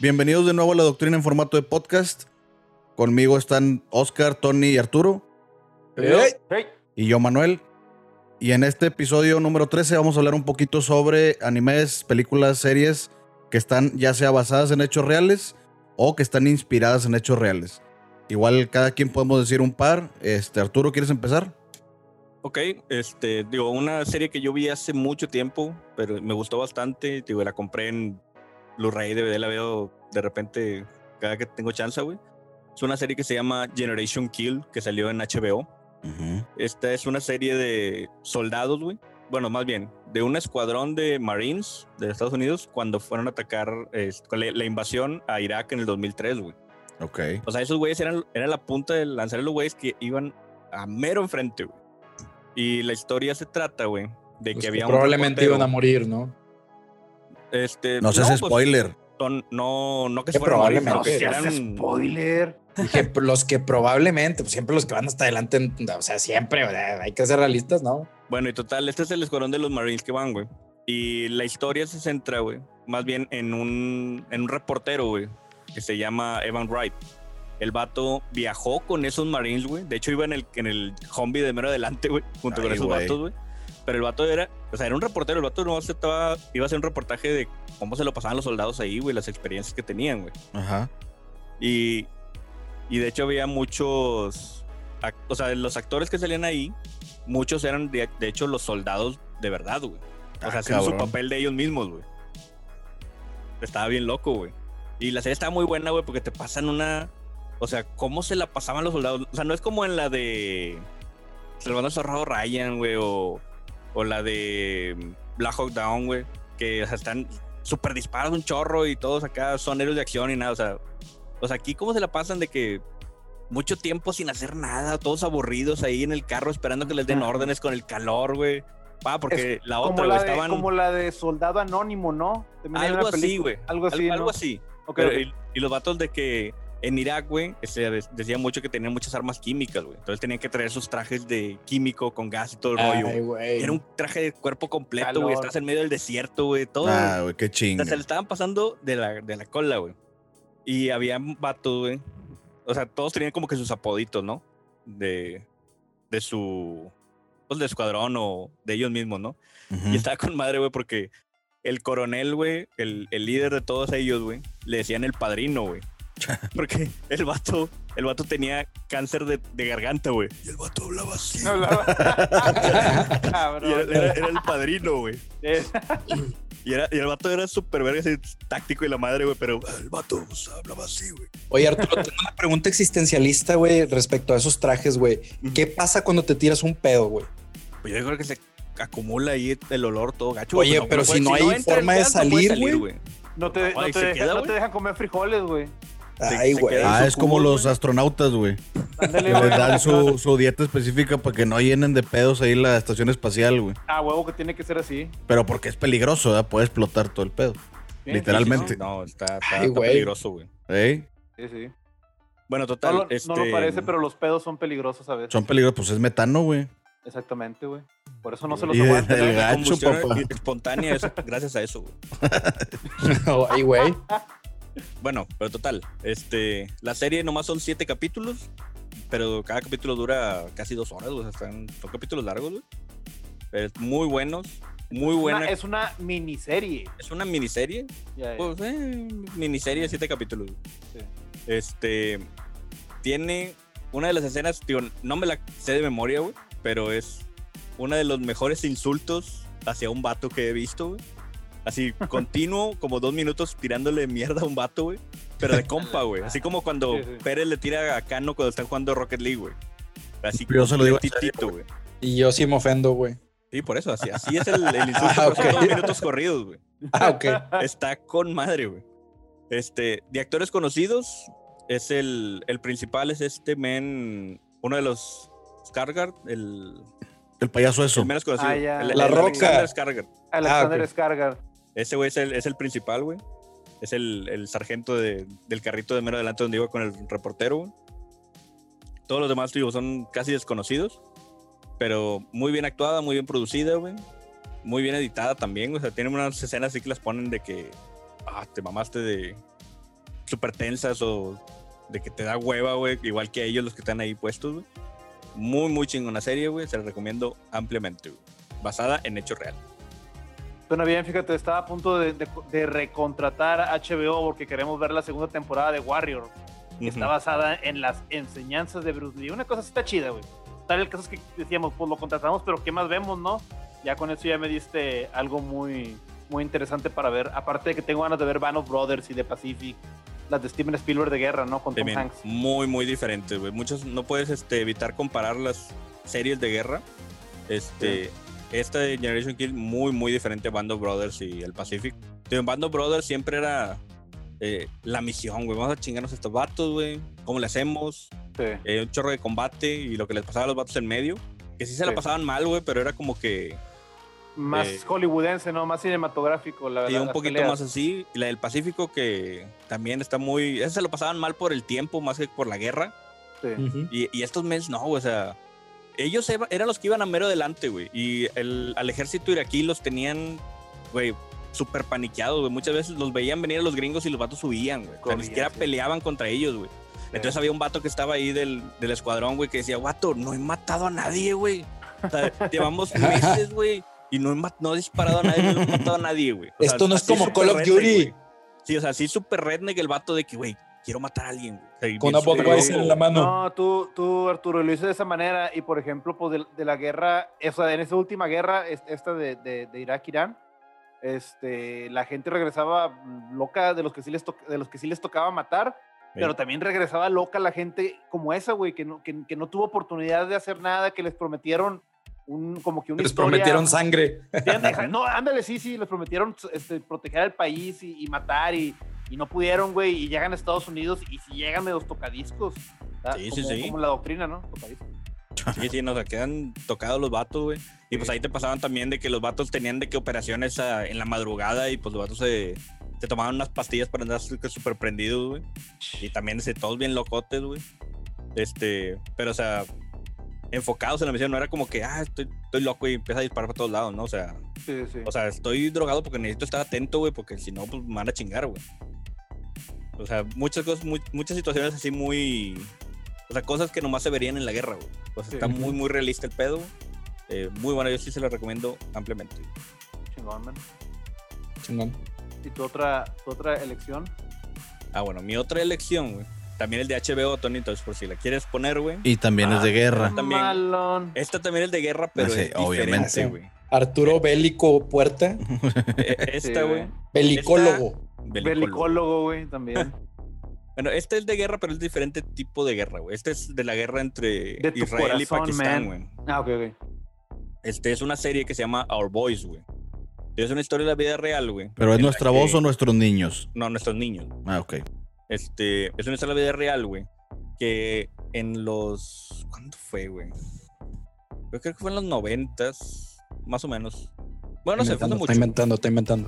Bienvenidos de nuevo a La Doctrina en formato de podcast. Conmigo están Oscar, Tony y Arturo. Hey. Y yo, Manuel. Y en este episodio número 13 vamos a hablar un poquito sobre animes, películas, series que están ya sea basadas en hechos reales o que están inspiradas en hechos reales. Igual cada quien podemos decir un par. Arturo, ¿quieres empezar? Ok, una serie que yo vi hace mucho tiempo, pero me gustó bastante, la compré en Blu-ray, DVD, la veo de repente cada que tengo chance, güey. Es una serie que se llama Generation Kill, que salió en HBO. Uh-huh. Esta es una serie de soldados, güey. Bueno, más bien, de un escuadrón de Marines de Estados Unidos cuando fueron a atacar la invasión a Irak en el 2003, güey. Ok. O sea, esos güeyes eran la punta de lanzar los güeyes que iban a mero enfrente, güey. Y la historia se trata, güey, de que había probablemente iban a morir, ¿no? No seas spoiler. No que Que se fueran a morir, probablemente. no, que No seas eran spoiler. Dije, los que probablemente, pues siempre los que van hasta adelante, o sea, siempre, hay que ser realistas, ¿no? Bueno, y total, este es el escuadrón de los Marines que van, güey. Y la historia se centra, güey, más bien en un reportero, güey, que se llama Evan Wright. El vato viajó con esos Marines, güey. De hecho, iba en el Humvee de mero adelante, güey, junto con esos vatos, güey. Pero el vato era un reportero. El vato no iba a hacer un reportaje de cómo se lo pasaban los soldados ahí, güey, las experiencias que tenían, güey. Ajá. Y de hecho había muchos, o sea, los actores que salían ahí, muchos eran de hecho los soldados de verdad, güey. O sea, haciendo su papel de ellos mismos, güey. Estaba bien loco, güey. Y la serie estaba muy buena, güey, porque te pasan o sea, cómo se la pasaban los soldados. O sea, no es como en la de Salvando al Soldado Ryan, güey, o la de Black Hawk Down, güey, que, o sea, están súper disparados un chorro y todos acá son héroes de acción y nada, o sea, aquí cómo se la pasan de que mucho tiempo sin hacer nada, todos aburridos ahí en el carro esperando que les den órdenes con el calor, güey. Porque la otra, güey, estaban... Como la de Soldado Anónimo, ¿no? Algo así, güey. Algo así, Algo ¿no? así. Okay, Pero, y los vatos de que en Irak, güey, decía mucho que tenían muchas armas químicas, güey. Entonces tenían que traer sus trajes de químico con gas y todo el rollo. Güey. Era un traje de cuerpo completo, güey. Estás en medio del desierto, güey. Todo. Güey, qué chinga. O sea, se le estaban pasando de la cola, güey. Y había vatos, güey. O sea, todos tenían como que sus apoditos, ¿no? De su... Pues de escuadrón o de ellos mismos, ¿no? Uh-huh. Y estaba con madre, güey, porque el coronel, güey, el líder de todos ellos, güey, le decían el padrino, güey. Porque el vato tenía cáncer de garganta, güey. Y el vato hablaba así. No hablaba. Y era el padrino, güey. Y el vato era súper verga, así, táctico y la madre, güey, pero el vato hablaba así, güey. Oye, Arturo, tengo una pregunta existencialista, güey, respecto a esos trajes, güey. ¿Qué pasa cuando te tiras un pedo, güey? Pues yo creo que se acumula ahí el olor todo gacho. Oye, pero si no hay forma de salir, güey. No te dejan comer frijoles, güey. Ay, güey. Es como los astronautas, güey. Que les dan su dieta específica para que no llenen de pedos ahí la estación espacial, güey. Huevo que tiene que ser así. Pero porque es peligroso, ¿verdad? Puede explotar todo el pedo. Sí, literalmente. Sí. No, está güey. peligroso, güey. ¿Eh? Sí. Bueno, total. No lo parece, pero los pedos son peligrosos a veces. Son peligrosos, pues es metano, güey. Exactamente, güey. Por eso no se los Y aguantan. el La gacho, combustión papá. espontánea es gracias a eso, güey. Ay, güey. Bueno, pero total, la serie nomás son 7 capítulos, pero cada capítulo dura casi 2 horas, güey. Son capítulos largos, güey. Muy buenos, muy buena. Es una miniserie. Es una miniserie. Ya. Pues, miniserie de 7 capítulos. Sí. Tiene una de las escenas, digo, no me la sé de memoria, güey, pero es uno de los mejores insultos hacia un vato que he visto, güey. Así, continuo, como 2 minutos tirándole mierda a un vato, güey. Pero de compa, güey. Así como cuando Sí. Pérez le tira a Cano cuando están jugando Rocket League, güey. Así, Yo se lo digo en titito, güey. Y yo sí me ofendo, güey. Sí, por eso, así es el insulto, pero son 2 minutos corridos, güey. Ok. Está con madre, güey. De actores conocidos, es el principal es uno de los Skarsgård, El payaso eso. el menos conocido. Ya. La Roca. Alexander Skarsgård. Alexander ok. Skarsgård. Ese güey es el principal, güey. Es el sargento del carrito de mero adelante donde iba con el reportero, güey. Todos los demás, digo, son casi desconocidos. Pero muy bien actuada, muy bien producida, güey. Muy bien editada también, o sea, tienen unas escenas así que las ponen de que... te mamaste súper tensas o de que te da hueva, güey, igual que ellos los que están ahí puestos, güey. Muy, muy chingona serie, güey, se la recomiendo ampliamente, güey. Basada en hechos reales. Suena bien, fíjate, estaba a punto de recontratar a HBO porque queremos ver la segunda temporada de Warrior, que está basada en las enseñanzas de Bruce Lee. Una cosa sí está chida, güey. Tal el caso es que decíamos, pues lo contratamos, pero ¿qué más vemos, no? Ya con eso ya me diste algo muy, muy interesante para ver. Aparte de que tengo ganas de ver Band of Brothers y The Pacific, las de Steven Spielberg de guerra, ¿no? Con Tom Hanks. Muy, muy diferentes, güey. Muchos no puedes evitar comparar las series de guerra. Esta de Generation Kill, muy, muy diferente a Band of Brothers y el Pacific. En Band of Brothers siempre era la misión, güey. Vamos a chingarnos a estos vatos, güey. ¿Cómo le hacemos? Sí. Un chorro de combate y lo que les pasaba a los vatos en medio. Que sí se la pasaban mal, güey, pero era como que... Más hollywoodense, ¿no? Más cinematográfico, la verdad. Y un poquito más así. Y la del Pacífico, que también está muy... Esa se lo pasaban mal por el tiempo, más que por la guerra. Sí. Y estos meses no, güey, o sea... Ellos eran los que iban a mero delante, güey. Y al ejército iraquí los tenían, güey, súper paniqueados, güey. Muchas veces los veían venir a los gringos y los vatos subían, güey. O sea, ni siquiera peleaban contra ellos, güey. Entonces había un vato que estaba ahí del escuadrón, güey, que decía, vato, no he matado a nadie, güey. O sea, llevamos meses, güey, y no he disparado a nadie, no he matado a nadie, güey. Esto no es como Call of Duty. Sí, o sea, sí súper redneck el vato de que, güey, quiero matar a alguien, güey. O sea, con una Budweiser en la mano. No, tú, Arturo, lo hice de esa manera. Y, por ejemplo, pues de la guerra, o sea, en esa última guerra, esta de Irak-Irán, la gente regresaba loca de los que sí les tocaba matar, pero también regresaba loca la gente como esa, güey, que no tuvo oportunidad de hacer nada, que les prometieron como que una les historia. prometieron sangre. No, ándale, sí, les prometieron proteger al país y matar y no pudieron, güey, y llegan a Estados Unidos y si llegan medio tocadiscos. Sí. Como la doctrina, ¿no? Tocadiscos. Sí, nos quedan tocados los vatos, güey. Y pues ahí te pasaban también de que los vatos tenían de que operaciones en la madrugada y pues los vatos se tomaban unas pastillas para andar súper prendidos, güey. Y también todos bien locotes, güey. Pero, o sea, enfocados en la misión, no era como que, estoy loco y empieza a disparar para todos lados, ¿no? O sea, sí. O sea, estoy drogado porque necesito estar atento, güey, porque si no, pues me van a chingar, güey. O sea, muchas cosas, muchas situaciones así muy... O sea, cosas que nomás se verían en la guerra, güey. Pues está muy, muy realista el pedo. Muy bueno, yo sí se lo recomiendo ampliamente. Chingón. ¿Y tu otra elección? Bueno, mi otra elección, güey. También el de HBO, Tony, entonces por si la quieres poner, güey. Y también es de guerra. Esta también es de guerra, pero sí, es diferente, güey. Arturo Bélico Puerta. Esta, güey. Belicólogo. Belicólogo, güey, también. Bueno, este es de guerra, pero es diferente tipo de guerra, güey. Este es de la guerra entre Israel y Pakistán, güey. Ok. Es una serie que se llama Our Boys, güey. Es una historia de la vida real, güey. ¿Pero es nuestra voz o nuestros niños? No, nuestros niños. Ok. Es una historia de la vida real, güey. Que en los... ¿Cuándo fue, güey? Yo creo que fue en los 90s, más o menos. Bueno, no sé, fue mucho. Está inventando.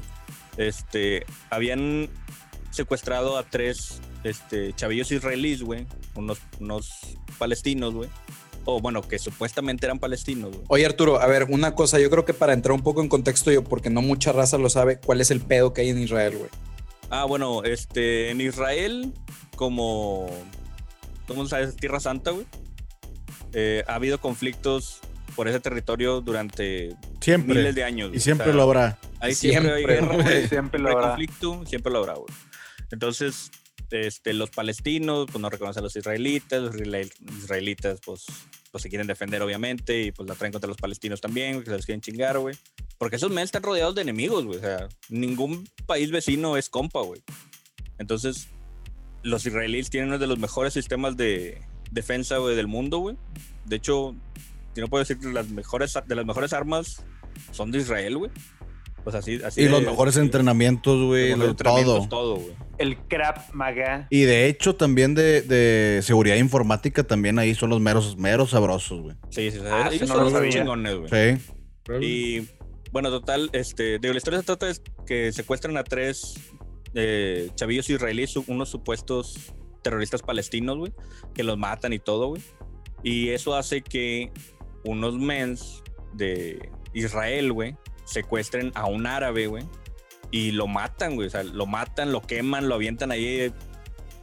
Habían secuestrado a 3 chavillos israelíes, güey. Unos palestinos, güey. O bueno, que supuestamente eran palestinos, güey. Oye, Arturo, a ver, una cosa. Yo creo que para entrar un poco en contexto, porque no mucha raza lo sabe, ¿cuál es el pedo que hay en Israel, güey? Bueno, en Israel, como sabes, Tierra Santa, güey. Ha habido conflictos por ese territorio durante miles de años. Y siempre lo habrá. Ahí siempre hay guerra, güey. Siempre lo habrá. Conflicto, siempre lo habrá, güey. Entonces, los palestinos, pues no reconocen a los israelitas. Los israelitas, pues se quieren defender, obviamente, y pues la traen contra los palestinos también, que se los quieren chingar, güey. Porque esos men están rodeados de enemigos, güey. O sea, ningún país vecino es compa, güey. Entonces, los israelíes tienen uno de los mejores sistemas de defensa, güey, del mundo, güey. De hecho, si no puedo decir que de las mejores armas son de Israel, güey. Pues así y los mejores entrenamientos, güey, todo, güey. El Krav Maga. Y de hecho, también de seguridad informática, también ahí son los meros sabrosos, güey. Sí. Ellos son los chingones, güey. Sí. Y bueno, total, la historia se trata de que secuestran a 3 chavillos israelíes, unos supuestos terroristas palestinos, güey, que los matan y todo, güey. Y eso hace que unos mens de Israel, güey, secuestren a un árabe, güey, y lo matan, güey. O sea, lo matan, lo queman, lo avientan ahí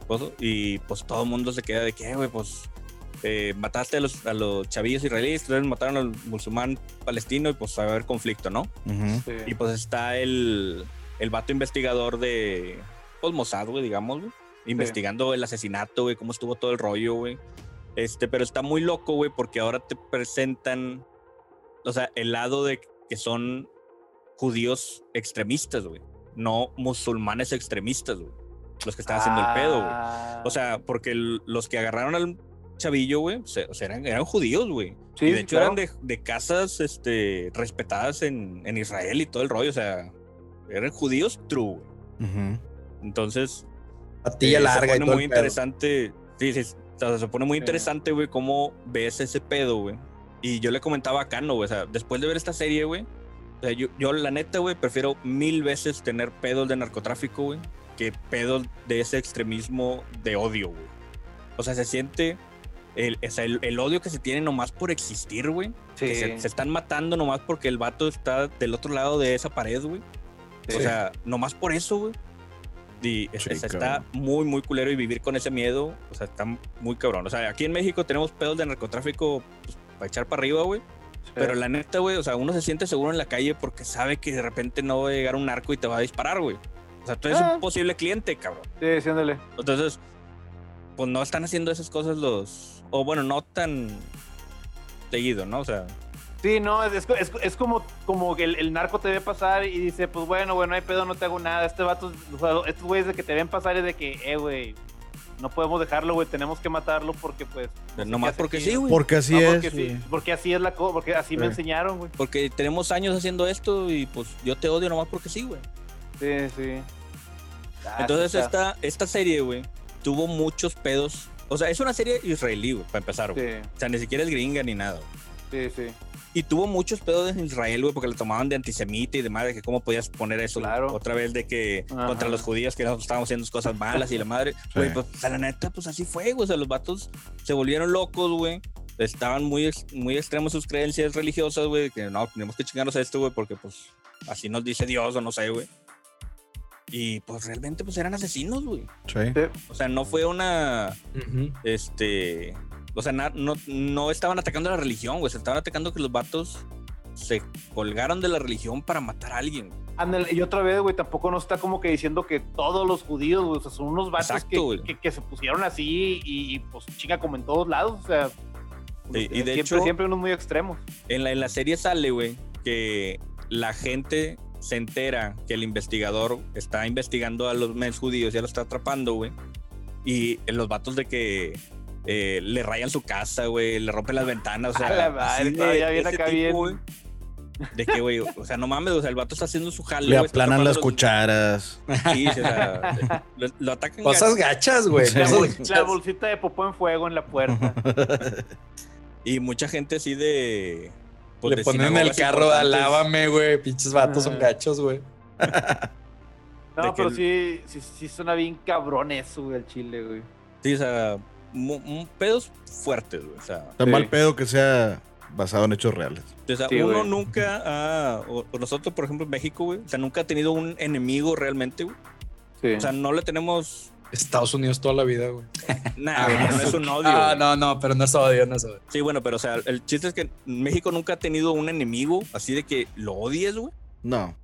esposo, y pues todo el mundo se queda de que, güey, pues mataste a los chavillos israelíes, entonces mataron al musulmán palestino y pues va a haber conflicto, ¿no? Uh-huh. Sí. Y pues está el vato investigador de pues, Mossad, güey, digamos, güey, investigando el asesinato, güey, cómo estuvo todo el rollo, güey. Pero está muy loco, güey, porque ahora te presentan, o sea, el lado de que son judíos extremistas, güey, no musulmanes extremistas, güey, los que están haciendo el pedo, güey. O sea, porque los que agarraron al chavillo, güey, o sea, eran judíos, güey. Sí, y de hecho claro. eran de casas respetadas en Israel y todo el rollo, o sea, eran judíos true, güey. Uh-huh. Entonces, Patilla larga se y pone todo muy el pedo. interesante. Sí, o sea, se pone muy interesante, güey, cómo ves ese pedo, güey. Y yo le comentaba a Cano, güey, o sea, después de ver esta serie, güey, o sea, yo la neta, güey, prefiero 1000 veces tener pedos de narcotráfico, güey, que pedos de ese extremismo de odio, güey. O sea, se siente el odio que se tiene nomás por existir, güey. Sí. Que se están matando nomás porque el vato está del otro lado de esa pared, güey. Sí. O sea, nomás por eso, güey. Y está muy, muy culero, y vivir con ese miedo, o sea, está muy cabrón. O sea, aquí en México tenemos pedos de narcotráfico pues, para echar para arriba, güey. Pero la neta, güey, o sea, uno se siente seguro en la calle porque sabe que de repente no va a llegar un narco y te va a disparar, güey. O sea, tú eres un posible cliente, cabrón. Sí, sí, ándale. Entonces, pues no están haciendo esas cosas o bueno, no tan seguido, ¿no? O sea... Sí, no, es como que el narco te ve pasar y dice, pues bueno, no hay pedo, no te hago nada. Este vato, o sea, estos güeyes de que te ven pasar es de que, güey, no podemos dejarlo, güey, tenemos que matarlo porque, pues... Nomás porque sí, güey. Porque así es. Porque, sí, porque así es la cosa, porque así me enseñaron, güey. Porque tenemos años haciendo esto y pues yo te odio nomás porque sí, güey. Sí, sí. Entonces esta serie, güey, tuvo muchos pedos. O sea, es una serie israelí, güey, para empezar, güey. Sí. O sea, ni siquiera es gringa ni nada, güey. Sí, sí. Y tuvo muchos pedos en Israel, güey, porque le tomaban de antisemita y demás, de que cómo podías poner eso, Claro. otra vez de que Ajá. contra los judíos que nosotros estábamos haciendo cosas malas y la madre. Güey, pues o sea, la neta, pues así fue, güey. O sea, los vatos se volvieron locos, güey. Estaban muy extremos sus creencias religiosas, güey, que no, tenemos que chingarnos a esto, güey, porque pues así nos dice Dios o no sé, güey. Y pues realmente pues eran asesinos, güey. Sí. O sea, no fue una... Ujú. O sea, no estaban atacando a la religión, güey. Se estaban atacando que los vatos se colgaron de la religión para matar a alguien. Ándale, y otra vez, güey, tampoco no está como que diciendo que todos los judíos, güey, o sea, son unos vatos Exacto, que se pusieron así y pues chinga como en todos lados, o sea, Sí, y de hecho, siempre unos muy extremos. en la serie sale, güey, que la gente se entera que el investigador está investigando a los mens judíos, ya lo está atrapando, güey. Y los vatos de que le rayan su casa, güey, le rompen las ventanas, o sea, A la madre, así de todavía viene ese acá tipo, bien. güey. De que, güey, o sea, no mames, o sea, el vato está haciendo su jale, Le güey, está aplanan las atrapando cucharas. Sí, o sea, lo atacan. Cosas gachas, güey. Sí. Cosas La gachas. bolsita de popó en fuego en la puerta. Y mucha gente así de... pues, Le de ponen en el sinagogas carro, importantes. alábame, güey. Pinches vatos son gachos, güey. No, De pero que sí suena bien cabrón eso, güey, el chile, güey. Sí, o sea, pedos fuertes, güey. O sea, Tan Sí. mal pedo que sea basado en hechos reales. Sí, uno güey. nunca o nosotros, por ejemplo, en México, güey, o sea, nunca ha tenido un enemigo realmente, güey. Sí. O sea, no le tenemos Estados Unidos toda la vida, güey. nada, güey, no es un odio. Ah, güey. no, pero no es odio, no es odio. Sí, bueno, pero o sea, el chiste es que México nunca ha tenido un enemigo así de que lo odies, güey. No.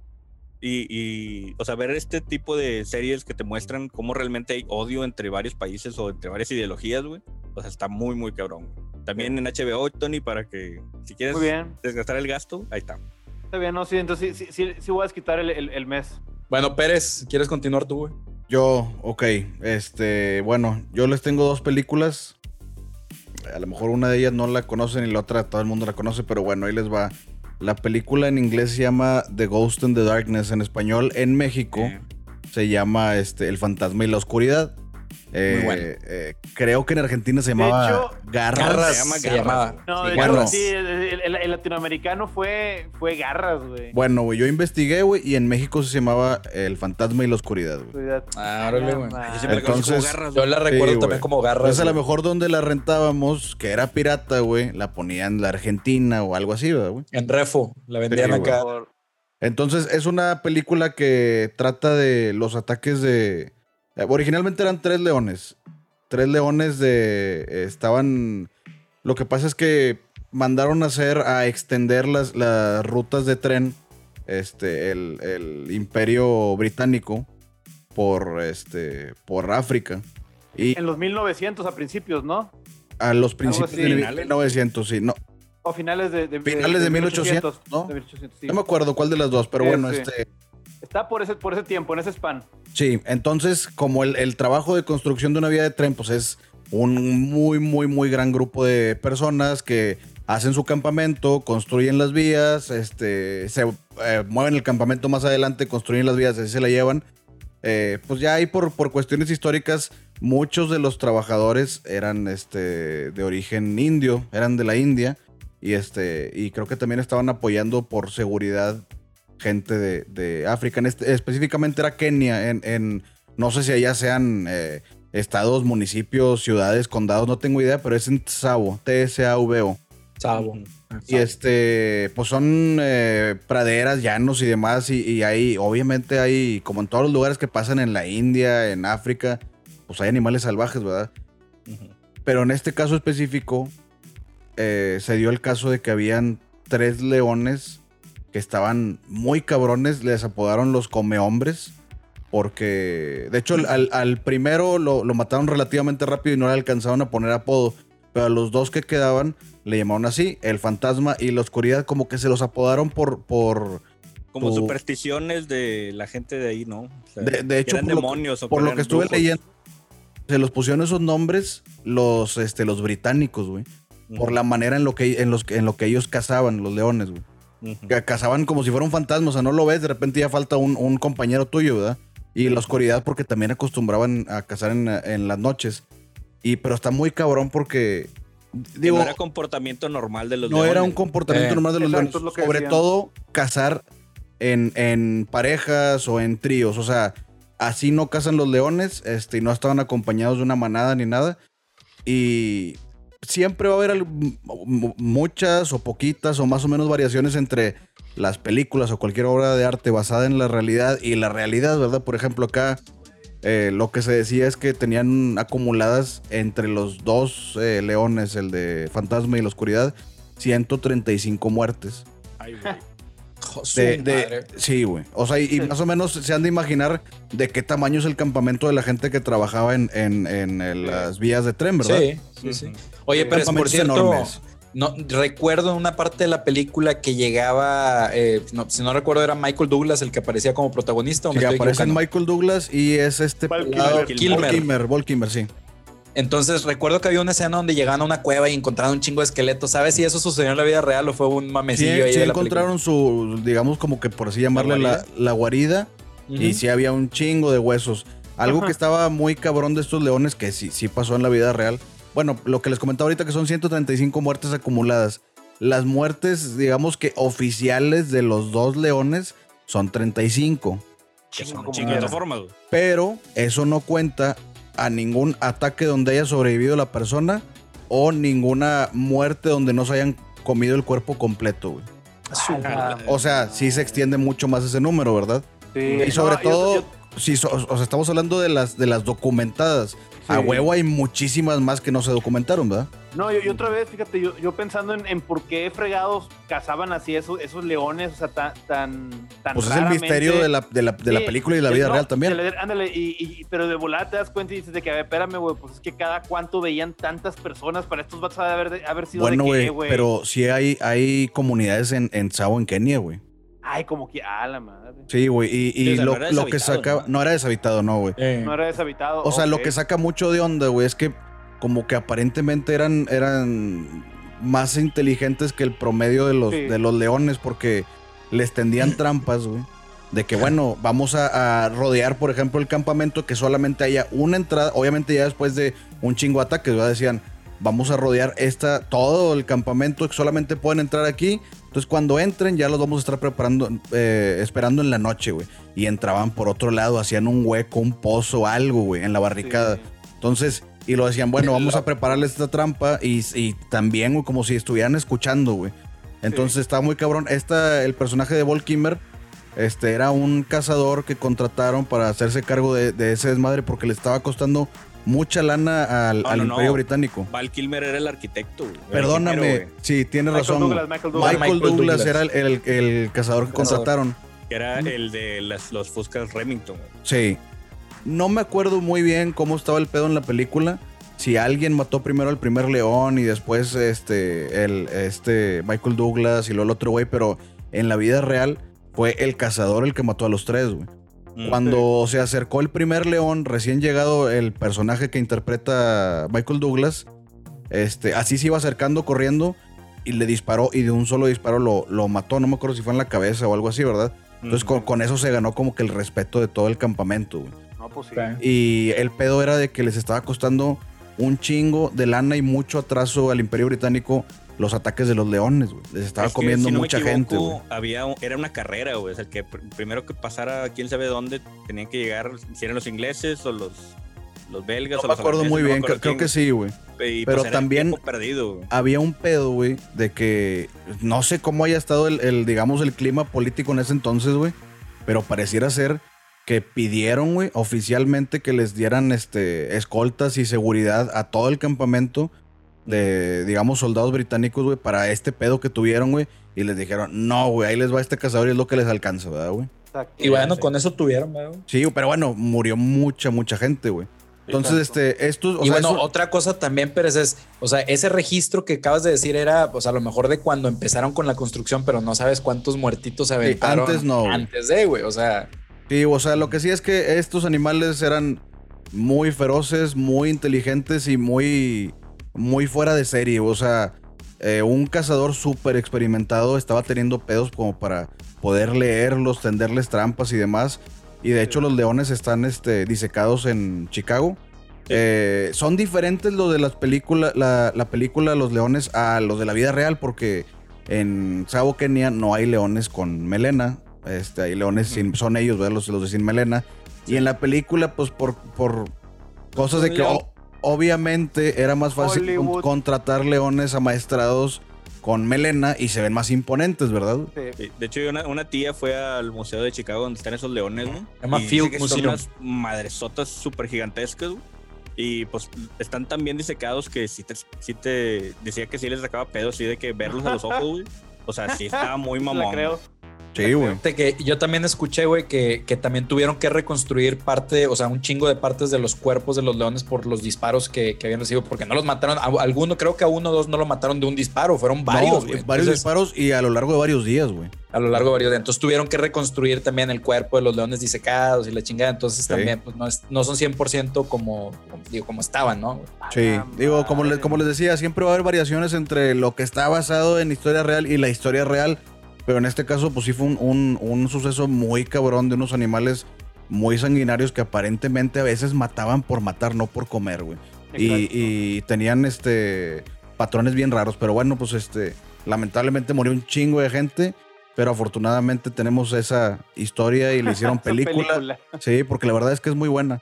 Y, o sea, ver este tipo de series que te muestran cómo realmente hay odio entre varios países o entre varias ideologías, güey. O sea, está muy, muy cabrón. También en HBO, Tony, para que si quieres Muy bien. desgastar el gasto, ahí está. Está bien, no, sí, entonces sí voy a desquitar el mes. Bueno, Pérez, ¿quieres continuar tú, güey? Yo, ok. Bueno, yo les tengo dos películas. A lo mejor una de ellas no la conocen y la otra todo el mundo la conoce, pero bueno, ahí les va. La película en inglés se llama The Ghost in the Darkness. En español, en México, se llama El Fantasma y la Oscuridad. Muy bueno. Creo que en Argentina se llamaba hecho, Garras. Se llamaba. No, Sí, de bueno. hecho, sí, el latinoamericano fue Garras, güey. Bueno, güey, yo investigué, güey, y en México se llamaba El Fantasma y la Oscuridad, güey. Cuidado. Ah, órale, güey. Yo siempre la conocí como Entonces, Garras, Yo güey. la recuerdo Sí, también güey. como Garras. Entonces, a lo güey. mejor donde la rentábamos, que era pirata, güey, la ponían en la Argentina o algo así, ¿verdad, güey? En Refo, la vendían Sí, acá. Por- Entonces, es una película que trata de los ataques de Originalmente eran 3 leones. 3 leones estaban... Lo que pasa es que mandaron a extender las rutas de tren, el Imperio Británico por África. Y en los 1900 a principios, ¿no? A los principios de 1900, sí. No. O finales de finales de 1800, ¿no? De 1800, sí. No me acuerdo cuál de las dos, pero bueno, sí. Está por ese tiempo, en ese span. Sí, entonces, como el trabajo de construcción de una vía de tren, pues es un muy, muy, muy gran grupo de personas que hacen su campamento, construyen las vías, se mueven el campamento más adelante, construyen las vías, así se la llevan. Pues ya ahí por cuestiones históricas, muchos de los trabajadores eran de origen indio, eran de la India, y creo que también estaban apoyando por seguridad gente de África. Específicamente era Kenia, no sé si allá sean estados, municipios, ciudades, condados, no tengo idea, pero es en Tsavo, T-S-A-V-O. Tsavo. Y pues son praderas, llanos y demás, y hay, obviamente hay, como en todos los lugares que pasan en la India, en África, pues hay animales salvajes, ¿verdad? Uh-huh. Pero en este caso específico, se dio el caso de que habían 3 leones que estaban muy cabrones, les apodaron los comehombres, porque, de hecho, al primero lo mataron relativamente rápido y no le alcanzaron a poner apodo, pero a los 2 que quedaban le llamaron así, el fantasma y la oscuridad, como que se los apodaron por como supersticiones de la gente de ahí, ¿no? O sea, de hecho, eran demonios por lo que estuve leyendo, se los pusieron esos nombres los británicos, güey, uh-huh. Por la manera en lo que ellos cazaban, los leones, güey. Uh-huh. Que cazaban como si fuera un fantasma, o sea, no lo ves, de repente ya falta un compañero tuyo, ¿verdad? Y la oscuridad porque también acostumbraban a cazar en las noches. Pero está muy cabrón porque... Digo, no era comportamiento normal de los leones. No era un comportamiento normal de los leones. Sobre todo cazar en parejas o en tríos. O sea, así no cazan los leones, y no estaban acompañados de una manada ni nada. Y siempre va a haber muchas o poquitas o más o menos variaciones entre las películas o cualquier obra de arte basada en la realidad y la realidad, ¿verdad? Por ejemplo, acá lo que se decía es que tenían acumuladas entre los 2 leones, el de fantasma y la oscuridad, 135 muertes. Ay, güey. Sí, güey. O sea, y más o menos se han de imaginar de qué tamaño es el campamento de la gente que trabajaba en las vías de tren, ¿verdad? Sí. Oye, pero por cierto, enormes. No, recuerdo en una parte de la película que llegaba, si no recuerdo, era Michael Douglas el que aparecía como protagonista. ¿O me estoy aparece Michael Douglas y es Val Kilmer, sí. Entonces recuerdo que había una escena donde llegaban a una cueva y encontraron un chingo de esqueletos. ¿Sabes si eso sucedió en la vida real o fue un mamecillo ahí? Sí, encontraron su, digamos, como que por así llamarle la guarida. Uh-huh. Y sí había un chingo de huesos. Algo que estaba muy cabrón de estos leones, que sí pasó en la vida real. Bueno, lo que les comentaba ahorita, que son 135 muertes acumuladas. Las muertes, digamos que oficiales de los 2 leones son 35. Que son chingadas formas. Pero eso no cuenta a ningún ataque donde haya sobrevivido la persona o ninguna muerte donde no se hayan comido el cuerpo completo, güey. O sea, sí se extiende mucho más ese número, ¿verdad? Sí. Y sobre todo, si estamos hablando de las documentadas. Sí. A huevo hay muchísimas más que no se documentaron, ¿verdad? No, y otra vez, fíjate, yo pensando en por qué fregados cazaban así esos leones, o sea, tan pues es el misterio de la película y la vida real también. Ándale, pero de volada te das cuenta y dices de que, a ver, espérame, güey, pues es que cada cuánto veían tantas personas para estos vatos a haber sido bueno, de qué, güey. Pero sí hay comunidades en Tsavo, en Kenia, güey. Ay, como que, la madre. Sí, güey, y lo que saca... No era deshabitado, no, güey. No era deshabitado. O sea, lo que saca mucho de onda, güey, es que como que aparentemente eran más inteligentes que el promedio de los leones, porque les tendían trampas, güey. De que, bueno, vamos a rodear, por ejemplo, el campamento, que solamente haya una entrada. Obviamente ya después de un chingo de ataques, ¿verdad? Decían, vamos a rodear todo el campamento, que solamente pueden entrar aquí. Entonces, cuando entren, ya los vamos a estar preparando, esperando en la noche, güey. Y entraban por otro lado, hacían un hueco, un pozo, algo, güey, en la barricada. Sí. Entonces, y lo decían, bueno, vamos a prepararles esta trampa y también, güey, como si estuvieran escuchando, güey. Entonces, estaba muy cabrón. El personaje de Val Kilmer Era un cazador que contrataron para hacerse cargo de ese desmadre porque le estaba costando mucha lana al Imperio Británico. Val Kilmer era el arquitecto, güey. Perdóname, sí, tienes razón. Michael Douglas era el cazador que contrataron. Que era el de los Fuscas Remington, güey. Sí. No me acuerdo muy bien cómo estaba el pedo en la película. Si alguien mató primero al primer león y después Michael Douglas y luego el otro güey, pero en la vida real fue el cazador el que mató a los tres, güey. Cuando se acercó el primer león, recién llegado el personaje que interpreta Michael Douglas, así se iba acercando corriendo y le disparó y de un solo disparo lo mató. No me acuerdo si fue en la cabeza o algo así, ¿verdad? Entonces con eso se ganó como que el respeto de todo el campamento, güey. No, pues sí. Y el pedo era de que les estaba costando un chingo de lana y mucho atraso al Imperio Británico los ataques de los leones, güey. Les estaba comiendo mucha gente, güey. Era una carrera, güey. O sea, el que primero que pasara quién sabe dónde tenían que llegar, si eran los ingleses o los belgas. No me acuerdo muy bien, creo que sí, güey. Pero pues también perdido, había un pedo, güey, de que no sé cómo haya estado digamos, el clima político en ese entonces, güey. Pero pareciera ser que pidieron, güey, oficialmente que les dieran escoltas y seguridad a todo el campamento de, digamos, soldados británicos, güey, para este pedo que tuvieron, güey. Y les dijeron, no, güey, ahí les va este cazador y es lo que les alcanza, ¿verdad, güey? Y bueno, con eso tuvieron, güey. Sí, pero bueno, murió mucha gente, güey. Entonces, esto... Y bueno, otra cosa también, Pérez, es... O sea, ese registro que acabas de decir era, pues, a lo mejor de cuando empezaron con la construcción, pero no sabes cuántos muertitos se aventaron. Sí, antes no. Antes de, güey, o sea... Sí, o sea, lo que sí es que estos animales eran muy feroces, muy inteligentes y muy fuera de serie. O sea, un cazador súper experimentado estaba teniendo pedos como para poder leerlos, tenderles trampas y demás. Y de hecho los leones están disecados en Chicago. Son diferentes los de las películas, la película Los Leones a los de la vida real, porque en Tsavo, Kenia no hay leones con melena. Hay leones son ellos, ¿verdad? Los de sin melena. Sí. Y en la película, pues por cosas de que obviamente era más fácil contratar leones amaestrados con melena y se ven más imponentes, ¿verdad? Sí. De hecho, una tía fue al museo de Chicago donde están esos leones, ¿no? Se llama Field Museum. Son unas madresotas súper gigantescas, güey. Y pues están tan bien disecados que sí te decía que sí les sacaba pedo, así de que verlos a los ojos, güey. O sea, sí estaba muy mamón. La creo. Sí, güey. Que yo también escuché, güey, que también tuvieron que reconstruir un chingo de partes de los cuerpos de los leones por los disparos que habían recibido, porque no los mataron. Creo que a uno o dos no lo mataron de un disparo, fueron varios, güey. Varios disparos y a lo largo de varios días, güey. A lo largo de varios días. Entonces tuvieron que reconstruir también el cuerpo de los leones disecados y la chingada. Entonces también pues, no son 100% como estaban, ¿no? Sí, digo, como les decía, siempre va a haber variaciones entre lo que está basado en historia real y la historia real. Pero en este caso, pues sí fue un suceso muy cabrón de unos animales muy sanguinarios que aparentemente a veces mataban por matar, no por comer, güey. Y tenían patrones bien raros. Pero bueno, pues lamentablemente murió un chingo de gente. Pero afortunadamente tenemos esa historia y le hicieron película. Sí, porque la verdad es que es muy buena.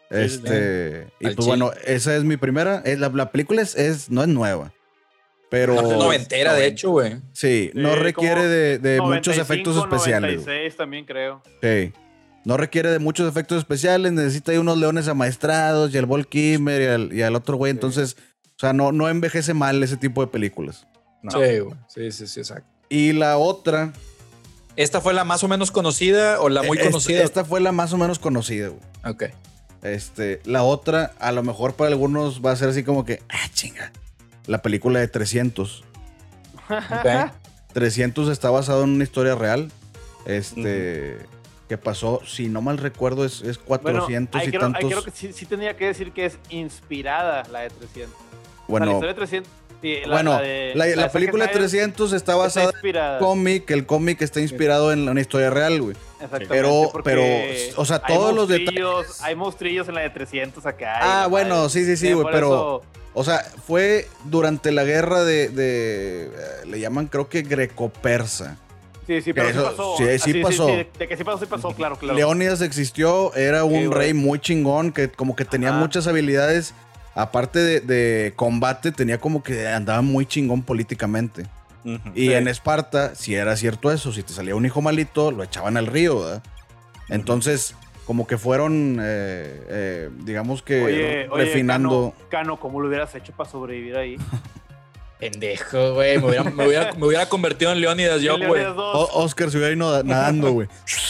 Y pues bueno, esa es mi primera. La película no es nueva. Pero es noventera, de hecho, güey. Sí, no requiere de muchos efectos especiales. 96 también creo. Sí. No requiere de muchos efectos especiales. Necesita ahí unos leones amaestrados y al Val Kilmer y al otro güey. Sí. Entonces, o sea, no envejece mal ese tipo de películas. No. Sí, güey. Sí, exacto. Y la otra... ¿Esta fue la más o menos conocida o la muy conocida? Esta fue la más o menos conocida, güey. Ok. La otra, a lo mejor para algunos va a ser así como que... chinga. La película de 300. Okay. 300 está basado en una historia real. Que pasó, si no mal recuerdo, es 400 y tantos. Creo que sí tenía que decir que es inspirada la de 300. Bueno, la historia de 300. Sí, la película de 300 está basada en un cómic. El cómic está inspirado en una historia real, güey. Exactamente. Pero, o sea, todos los detalles. Hay monstrillos en la de 300 acá. Bueno, sí, güey, pero. O sea, fue durante la guerra de le llaman, creo que greco-persa. Sí, pero eso, pasó. Sí pasó. Sí, de que sí pasó, claro. Leónidas existió, era un rey muy chingón que como que tenía muchas habilidades. Aparte de combate, tenía como que andaba muy chingón políticamente. Y en Esparta, si era cierto eso, si te salía un hijo malito, lo echaban al río, ¿verdad? Entonces, como que fueron, digamos que refinando. Cano, ¿cómo lo hubieras hecho para sobrevivir ahí? Pendejo, güey. Me hubiera convertido en Leónidas yo, güey. Oscar se hubiera ido nadando, güey.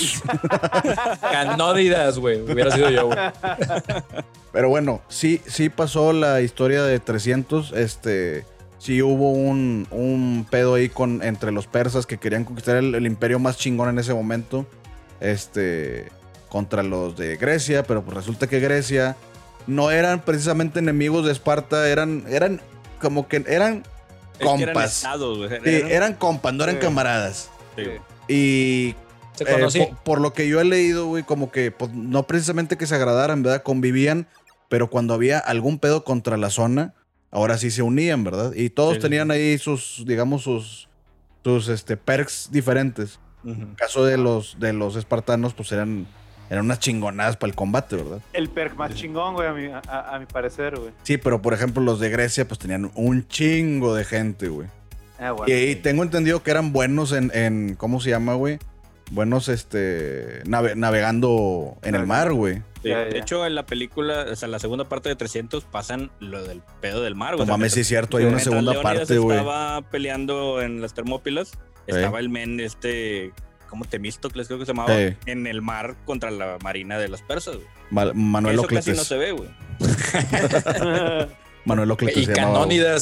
Canónidas, güey. Hubiera sido yo, güey. Pero bueno, sí pasó la historia de 300. Sí hubo un pedo ahí entre los persas que querían conquistar el imperio más chingón en ese momento. Contra los de Grecia, pero pues resulta que Grecia no eran precisamente enemigos de Esparta, eran como que eran compas. Eran estados, güey. Sí, eran compas, no eran camaradas. Sí. Y por lo que yo he leído, güey, como que pues, no precisamente que se agradaran, ¿verdad? Convivían, pero cuando había algún pedo contra la zona, ahora sí se unían, ¿verdad? Y todos tenían ahí sus, digamos, sus perks diferentes. En el caso de los espartanos, pues eran unas chingonadas para el combate, ¿verdad? El perk más chingón, güey, a mi parecer, güey. Sí, pero por ejemplo los de Grecia pues tenían un chingo de gente, güey. Bueno, y tengo entendido que eran buenos en ¿cómo se llama, güey? Buenos navegando en el mar, güey. Sí. De hecho, en la película, o sea, en la segunda parte de 300 pasan lo del pedo del mar, güey. No mames, sí es cierto, hay una segunda parte, güey. Estaba peleando en las Termópilas, estaba el men como Temístocles, creo que se llamaba, en el mar contra la marina de los persas, güey. Manuel Ocletes. Eso casi no se ve, güey. Manuel Ocletes. Y Canónidas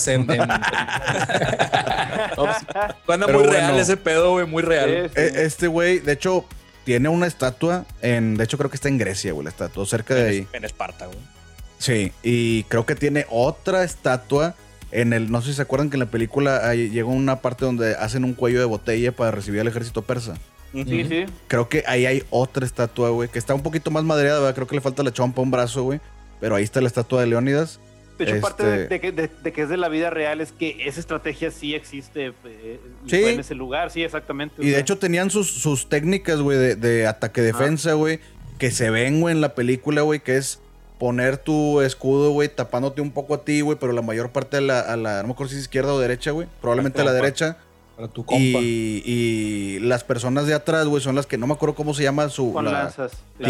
Suena muy real ese pedo, güey, muy real. Sí. Este güey, de hecho, tiene una estatua de hecho creo que está en Grecia, güey, la estatua, cerca de ahí. En Esparta, güey. Sí, y creo que tiene otra estatua no sé si se acuerdan que en la película llegó una parte donde hacen un cuello de botella para recibir al ejército persa. Sí, sí. Creo que ahí hay otra estatua, güey, que está un poquito más madreada, ¿verdad? Creo que le falta la chompa, un brazo, güey. Pero ahí está la estatua de Leónidas. De hecho, parte de que es de la vida real es que esa estrategia sí existe sí. En ese lugar, sí, exactamente. Y de hecho tenían sus técnicas, güey, de ataque-defensa, güey, que se ven, güey, en la película, güey, que es poner tu escudo, güey, tapándote un poco a ti, güey, pero la mayor parte a la no me acuerdo si es izquierda o derecha, güey, probablemente a la derecha. Para tu compa. Y las personas de atrás, güey, son las que no me acuerdo cómo se llama con lanzas.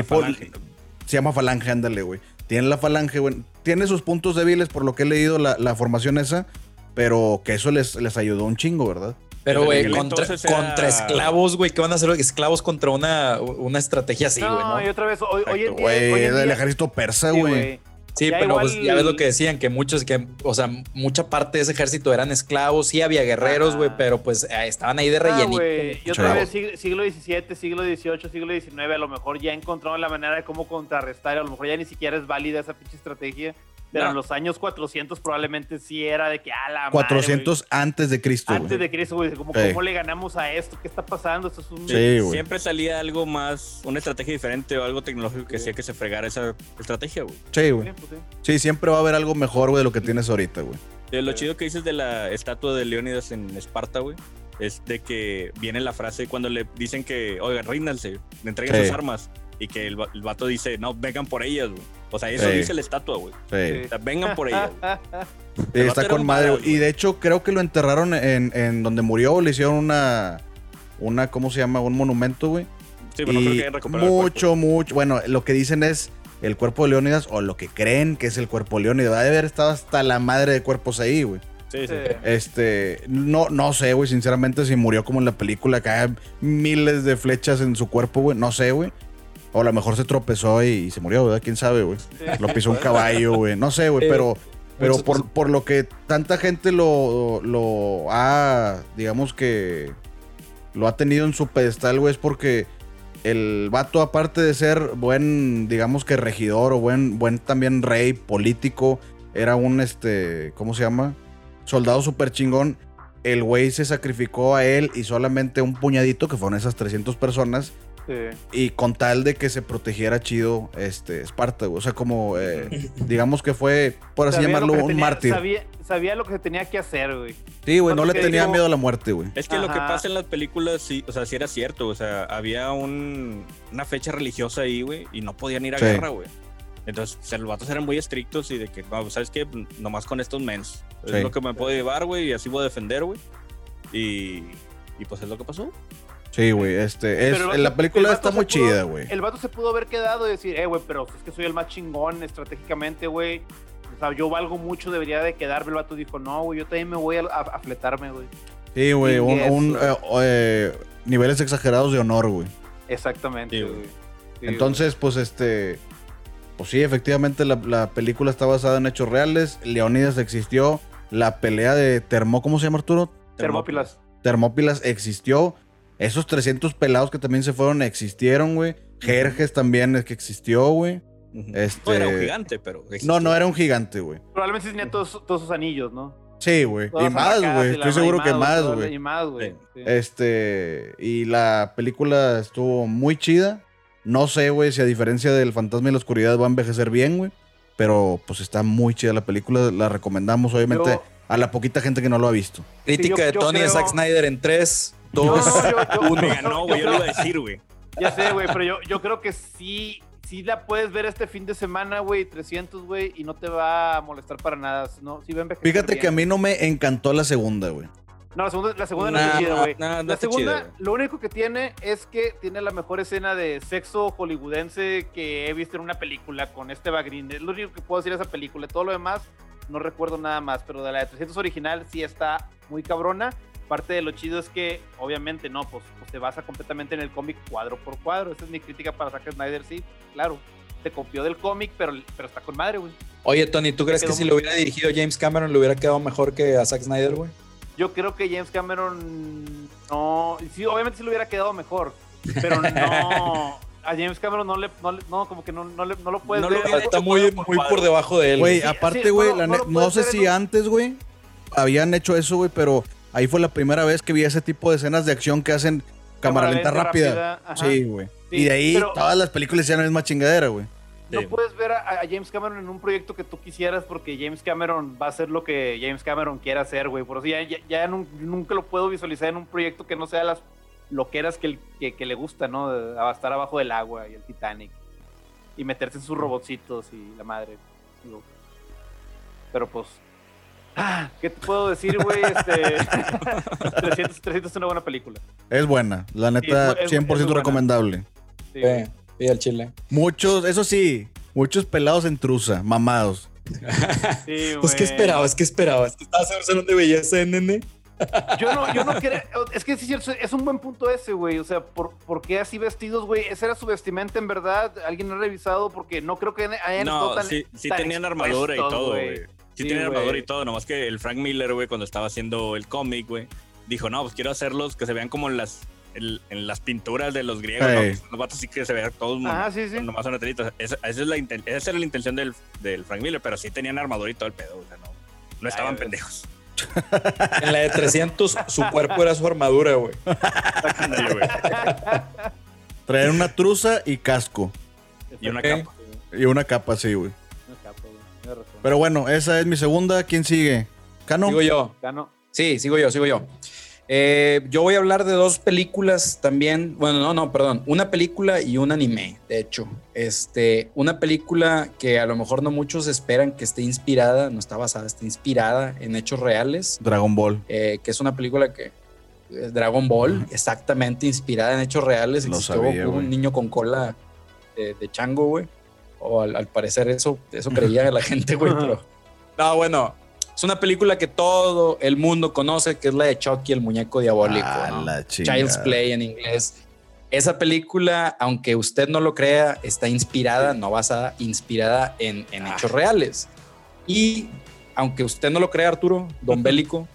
Se llama falange, ándale, güey. Tienen la falange, güey. Tiene sus puntos débiles por lo que he leído la formación esa, pero que eso les ayudó un chingo, ¿verdad? Pero, güey, contra esclavos, güey, ¿qué van a hacer esclavos contra una estrategia así, güey? No, y otra vez, hoy en día... Güey, del ejército persa, güey. Sí, pero igual... pues ya ves lo que decían, que mucha parte de ese ejército eran esclavos, sí había guerreros, güey, pero pues estaban ahí de rellenito. Y otra vez, siglo XVII, siglo XVIII, siglo XIX, a lo mejor ya encontraron la manera de cómo contrarrestar, a lo mejor ya ni siquiera es válida esa pinche estrategia, pero en los años 400 probablemente sí era de que, la 400 madre, antes de Cristo, güey. Antes de Cristo, güey, ¿cómo le ganamos a esto? ¿Qué está pasando? Esto es un... Sí, güey. Siempre salía algo más, una estrategia diferente o algo tecnológico que hacía que se fregara esa estrategia, güey. Sí, güey. Sí, siempre va a haber algo mejor, güey, de lo que tienes ahorita, güey. Lo chido que dices de la estatua de Leónidas en Esparta, güey, es de que viene la frase cuando le dicen que, oigan, ríndanse, le entreguen sus armas. Y que el vato dice, no, vengan por ellas, güey. O sea, eso dice la estatua, güey. Sí. O sea, vengan por ellas, güey. Está con madre, güey. Y de hecho, creo que lo enterraron en donde murió. Le hicieron una ¿cómo se llama? Un monumento, güey. Sí, pero no creo que hayan recuperado mucho. Bueno, lo que dicen es el cuerpo de Leónidas, o lo que creen que es el cuerpo de Leónidas. Va a haber estado hasta la madre de cuerpos ahí, güey. Sí. No sé, güey, sinceramente, si murió como en la película, que hay miles de flechas en su cuerpo, güey. No sé, güey. O a lo mejor se tropezó y se murió, ¿verdad? ¿Quién sabe, güey? Lo pisó un caballo, güey. No sé, güey, pero por lo que tanta gente lo ha, digamos que lo ha tenido en su pedestal, güey, es porque el vato, aparte de ser buen, digamos que regidor o buen también rey político, era un, ¿cómo se llama? Soldado súper chingón. El güey se sacrificó a él y solamente un puñadito, que fueron esas 300 personas. Sí. Y con tal de que se protegiera chido Esparta, güey. O sea, como digamos que fue, por así llamarlo, un mártir. Sabía lo que se tenía que hacer, güey. Sí, güey, no le tenía miedo a la muerte, güey. Es que lo que pasa en las películas, sí, o sea, sí era cierto. O sea, había una fecha religiosa ahí, güey, y no podían ir a guerra, güey. Entonces, los vatos eran muy estrictos y de que, no, ¿sabes qué? Nomás con estos mens. Es lo que me puedo llevar, güey, y así voy a defender, güey. Y pues es lo que pasó. Sí, güey, la película está muy chida, güey. El vato se pudo haber quedado y decir, güey, pero es que soy el más chingón estratégicamente, güey. O sea, yo valgo mucho, debería de quedarme. El vato dijo, no, güey, yo también me voy a fletarme, güey. Sí, güey, niveles exagerados de honor, güey. Exactamente, güey. Sí, entonces, pues, pues sí, efectivamente la película está basada en hechos reales. Leónidas existió. La pelea de ¿cómo se llama, Arturo? Termópilas existió. Esos 300 pelados que también se fueron existieron, güey. Jerjes también es que existió, güey. No era un gigante, pero existió. No era un gigante, güey. Probablemente tenía todos sus anillos, ¿no? Sí, güey. Y más, güey. Estoy seguro que más, güey. Y más, güey. Y la película estuvo muy chida. No sé, güey, si a diferencia del Fantasma y la Oscuridad va a envejecer bien, güey. Pero pues está muy chida la película. La recomendamos, obviamente, a la poquita gente que no lo ha visto. Crítica de Tony de Zack Snyder en 3, 2, 1. Me ganó, güey. Yo lo iba a decir, güey. Ya sé, güey, pero yo creo que sí la puedes ver este fin de semana, güey, 300, güey, y no te va a molestar para nada. No, sí va a envejecer. Fíjate bien. Que a mí no me encantó la segunda, güey. No, la segunda no está chida, güey. La segunda, chida, lo único que tiene es que tiene la mejor escena de sexo hollywoodense que he visto en una película con Eva Green. Es lo único que puedo decir de esa película. Todo lo demás, no recuerdo nada más, pero de la de 300 original sí está muy cabrona. Parte de lo chido es que, obviamente, no, pues se basa completamente en el cómic cuadro por cuadro. Esa es mi crítica para Zack Snyder, sí, claro. Se copió del cómic, pero está con madre, güey. Oye, Tony, ¿tú crees que si lo hubiera dirigido James Cameron le hubiera quedado mejor que a Zack Snyder, güey? Yo creo que James Cameron no... Sí, obviamente sí le hubiera quedado mejor, pero no... A James Cameron no como que no lo puedes ver. Está muy por debajo de él. Güey, aparte, güey, no sé si antes, güey, habían hecho eso, güey, pero ahí fue la primera vez que vi ese tipo de escenas de acción que hacen cámara lenta rápida. Sí, güey. Sí, y de ahí todas las películas hicieron la misma chingadera, güey. No puedes ver a James Cameron en un proyecto que tú quisieras porque James Cameron va a hacer lo que James Cameron quiera hacer, güey. Por eso ya nunca lo puedo visualizar en un proyecto que no sea las loqueras que le gusta, ¿no? Estar abajo del agua y el Titanic. Y meterse en sus robotcitos y la madre. Digo. Pero pues... ¿qué te puedo decir, güey? 300 es una buena película. Es buena. La neta, sí, 100% recomendable. Sí, sí, al chile. Muchos, eso sí, muchos pelados en trusa, mamados. Sí, pues, ¿qué esperabas? ¿Qué esperabas? ¿Que estabas en un salón de belleza, nene? Yo no quería... Es que sí, es un buen punto ese, güey. O sea, ¿por qué así vestidos, güey? ¿Esa era su vestimenta en verdad? ¿Alguien ha revisado? Porque no creo que hayan estado tan... Sí tenían armadura y todo, güey. Sí tienen armadura y todo. Nomás que el Frank Miller, güey, cuando estaba haciendo el cómic, güey, dijo, no, pues quiero hacerlos que se vean como en las pinturas de los griegos, ¿no? Los vatos sí que se vean todos nomás son eteritos. Esa era la intención del Frank Miller, pero sí tenían armadura y todo el pedo, o sea, no estaban pendejos. En la de 300, su cuerpo era su armadura, güey. Traer una truza y casco. Y una capa. Y una capa, sí, güey. Pero bueno, esa es mi segunda. ¿Quién sigue? ¿Cano? Sigo yo. ¿Cano? Sí, sigo yo. Yo voy a hablar de dos películas también. Bueno, perdón. Una película y un anime, de hecho. Una película que a lo mejor no muchos esperan que esté inspirada, no está basada, está inspirada en hechos reales. Dragon Ball. Que es una película que... Dragon Ball, exactamente, inspirada en hechos reales. Lo sabía, un niño con cola de chango, güey. O al parecer eso creía la gente, güey. Pero... No, bueno... Es una película que todo el mundo conoce, que es la de Chucky, el muñeco diabólico, ¿no? Child's Play en inglés. Esa película, aunque usted no lo crea, está inspirada, no basada, inspirada en hechos reales. Y aunque usted no lo crea, Arturo, Don Bélico,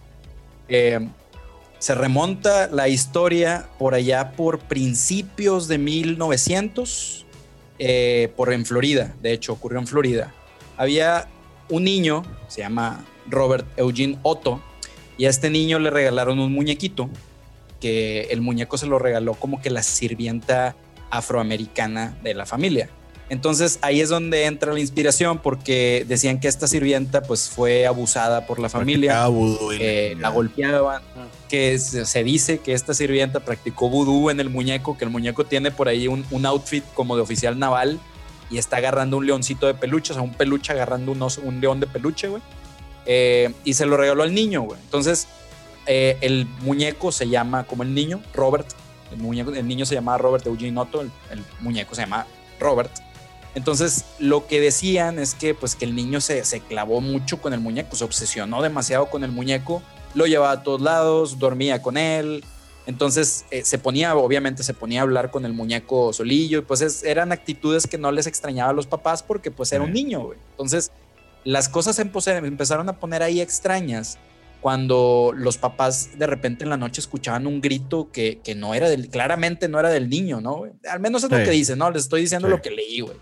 se remonta la historia por allá por principios de 1900, en Florida. De hecho, ocurrió en Florida. Había un niño, se llama Robert Eugene Otto, y a este niño le regalaron un muñequito, que el muñeco se lo regaló como que la sirvienta afroamericana de la familia. Entonces ahí es donde entra la inspiración, porque decían que esta sirvienta pues fue abusada por la familia, la golpeaban, que se dice que esta sirvienta practicó vudú en el muñeco, que el muñeco tiene por ahí un outfit como de oficial naval y está agarrando un leoncito de peluche, o sea, un peluche agarrando un león de peluche, güey. Y se lo regaló al niño, güey. Entonces, el muñeco se llama como el niño, Robert. El niño se llamaba Robert Eugene Otto, el muñeco se llama Robert. Entonces, lo que decían es que, pues, que el niño se clavó mucho con el muñeco, se obsesionó demasiado con el muñeco, lo llevaba a todos lados, dormía con él. Entonces, obviamente se ponía a hablar con el muñeco solillo, y pues eran actitudes que no les extrañaba a los papás porque, pues, era un niño, güey. Entonces, las cosas empezaron a poner ahí extrañas cuando los papás de repente en la noche escuchaban un grito que no era claramente no era del niño, ¿no? Al menos es lo que dicen, ¿no? Les estoy diciendo lo que leí, güey.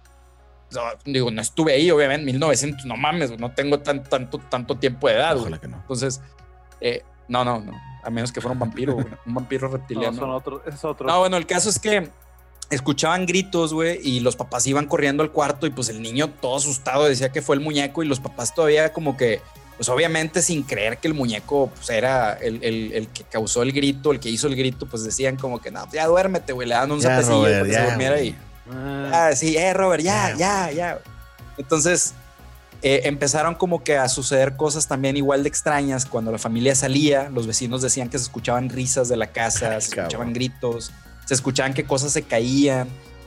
Digo, no estuve ahí, obviamente, 1900, no mames, no tengo tanto tiempo de edad, güey. No. Entonces, no, a menos que fuera un vampiro, güey, un vampiro reptiliano. No, es otro. No, bueno, el caso es que escuchaban gritos, güey, y los papás iban corriendo al cuarto y pues el niño todo asustado decía que fue el muñeco y los papás todavía como que, pues obviamente sin creer que el muñeco pues era el que causó el grito, el que hizo el grito, pues decían como que no, ya duérmete, güey, le dan un zapecillo para que se durmiera ahí. Sí, Robert, ya. Entonces empezaron como que a suceder cosas también igual de extrañas cuando la familia salía. Los vecinos decían que se escuchaban risas de la casa, se escuchaban gritos, se escuchaban que cosas se caían,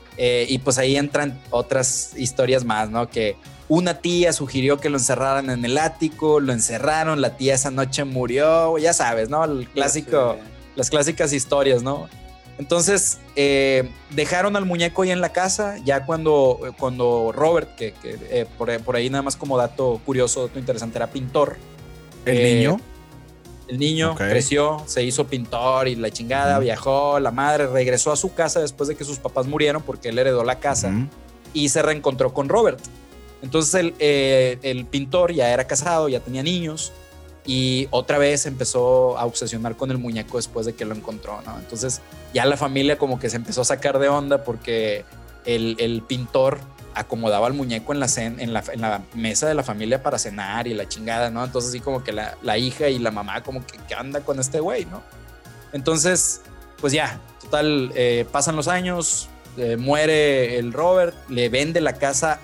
y pues ahí entran otras historias más, ¿no? Que una tía sugirió que lo encerraran en el ático, lo encerraron, la tía esa noche murió, ya sabes, ¿no? El clásico, las clásicas historias, ¿no? Entonces dejaron al muñeco ahí en la casa. Ya cuando Robert, que por ahí nada más como dato curioso, dato interesante, era pintor. ¿El niño? El niño creció, se hizo pintor y la chingada, viajó, la madre regresó a su casa después de que sus papás murieron porque él heredó la casa y se reencontró con Robert. Entonces el pintor ya era casado, ya tenía niños y otra vez empezó a obsesionar con el muñeco después de que lo encontró, ¿no? Entonces ya la familia como que se empezó a sacar de onda porque el pintor acomodaba al muñeco en la mesa de la familia para cenar y la chingada, ¿no? Entonces así como que la hija y la mamá como que ¿qué anda con este güey, no? Entonces, pues ya, total, pasan los años, muere el Robert, le vende la casa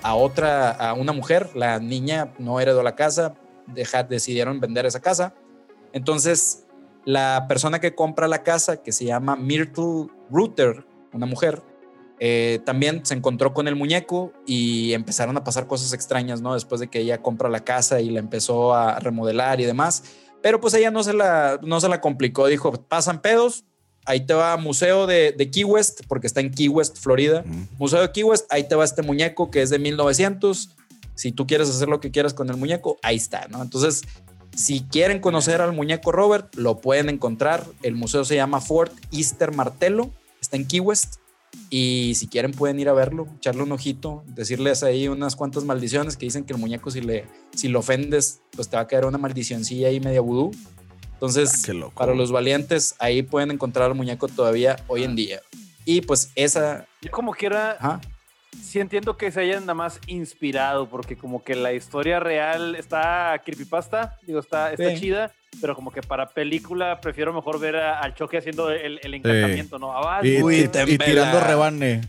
a una mujer, la niña no heredó la casa, decidieron vender esa casa. Entonces la persona que compra la casa, que se llama Myrtle Ruther, una mujer, también se encontró con el muñeco y empezaron a pasar cosas extrañas, ¿no? Después de que ella compra la casa y la empezó a remodelar y demás, pero pues ella no se la complicó, dijo, pasan pedos, ahí te va Museo de Key West, porque está en Key West, Florida. Museo de Key West, ahí te va este muñeco que es de 1900. Si tú quieres hacer lo que quieras con el muñeco, ahí está, ¿no? Entonces, si quieren conocer al muñeco Robert, lo pueden encontrar. El museo se llama Fort Easter Martello, está en Key West. Y si quieren pueden ir a verlo, echarle un ojito, decirles ahí unas cuantas maldiciones que dicen que el muñeco si lo ofendes, pues te va a caer una maldicioncilla ahí media vudú. Entonces, para los valientes, ahí pueden encontrar al muñeco todavía hoy en día. Y pues esa... Yo como quiera, sí entiendo que se hayan nada más inspirado, porque como que la historia real está creepypasta, digo, está chida, pero como que para película prefiero mejor ver al Chucky haciendo el encantamiento, ¿no? Y tirando rebane.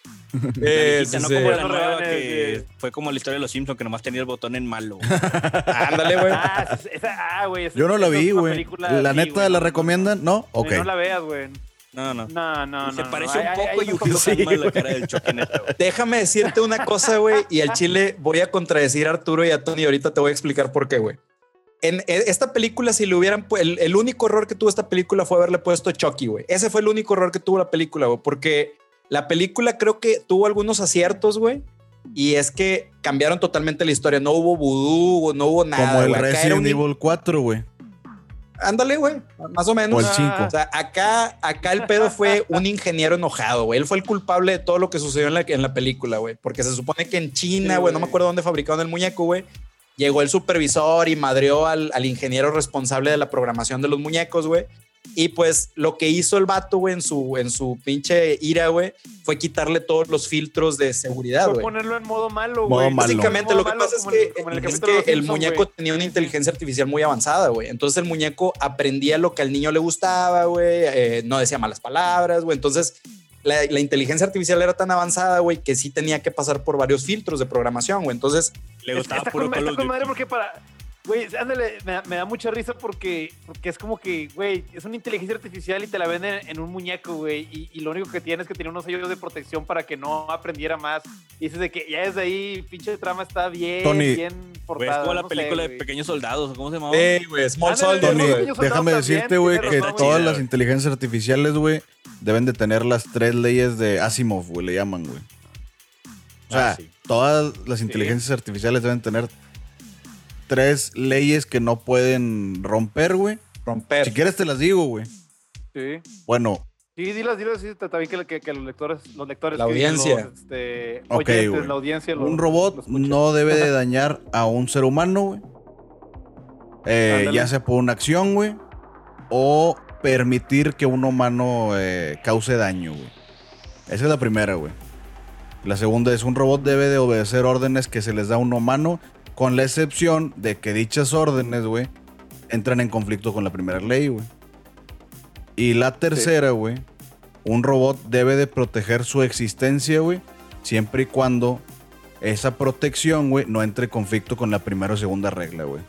No como la nueva que fue como la historia de los Simpsons, que nomás tenía el botón en malo. Ándale, güey. Güey. Yo no la vi, güey. ¿La neta la recomiendan? ¿No? Ok. No la veas, güey. No. Se parece un poco Yu-Gi-Oh! La cara del Chucky, neta, güey. Déjame decirte una cosa, güey, y al chile voy a contradecir a Arturo y a Tony. Ahorita te voy a explicar por qué, güey. En esta película, si le hubieran... El único error que tuvo esta película fue haberle puesto Chucky, güey. Ese fue el único error que tuvo la película, güey, porque la película creo que tuvo algunos aciertos, güey. Y es que cambiaron totalmente la historia. No hubo vudú, no hubo nada. Como el Resident Evil 4, güey. Ándale, güey, más o menos. O el 5. O sea, acá el pedo fue un ingeniero enojado, güey. Él fue el culpable de todo lo que sucedió en la película, güey. Porque se supone que en China, güey, no me acuerdo dónde fabricaron el muñeco, güey. Llegó el supervisor y madreó al ingeniero responsable de la programación de los muñecos, güey. Y pues lo que hizo el vato, güey, en su pinche ira, güey, fue quitarle todos los filtros de seguridad, güey. Fue ponerlo en modo malo, güey. Básicamente lo que pasa es que el muñeco tenía una inteligencia artificial muy avanzada, güey. Entonces el muñeco aprendía lo que al niño le gustaba, güey. No decía malas palabras, güey. Entonces la inteligencia artificial era tan avanzada, güey, que sí tenía que pasar por varios filtros de programación, güey. Entonces le gustaba puro Call of Duty. Madre porque Güey, ándale, me da mucha risa porque es como que, güey, es una inteligencia artificial y te la venden en un muñeco, güey, y lo único que tiene es que tiene unos sellos de protección para que no aprendiera más. Y dices de que ya desde ahí, pinche trama está bien, Tony, bien portada. Es como la película de Pequeños Soldados, ¿cómo se llamaba? Güey, Small Soldiers. Tony, déjame decirte, güey, que todas las inteligencias artificiales, güey, deben de tener las 3 leyes de Asimov, güey, le llaman, güey. O sea, todas las inteligencias artificiales deben tener 3 leyes que no pueden romper, güey. Si quieres te las digo, güey. Sí. Bueno. Sí, dilas, sí, también que los lectores. La audiencia. Oyentes, la audiencia. Un robot no debe de dañar a un ser humano, güey. Ya sea por una acción, güey. O permitir que un humano cause daño, güey. Esa es la primera, güey. La segunda es un robot debe de obedecer órdenes que se les da a un humano, con la excepción de que dichas órdenes, güey, entran en conflicto con la primera ley, güey. Y la tercera, güey, un robot debe de proteger su existencia, güey, siempre y cuando esa protección, güey, no entre en conflicto con la primera o segunda regla, güey.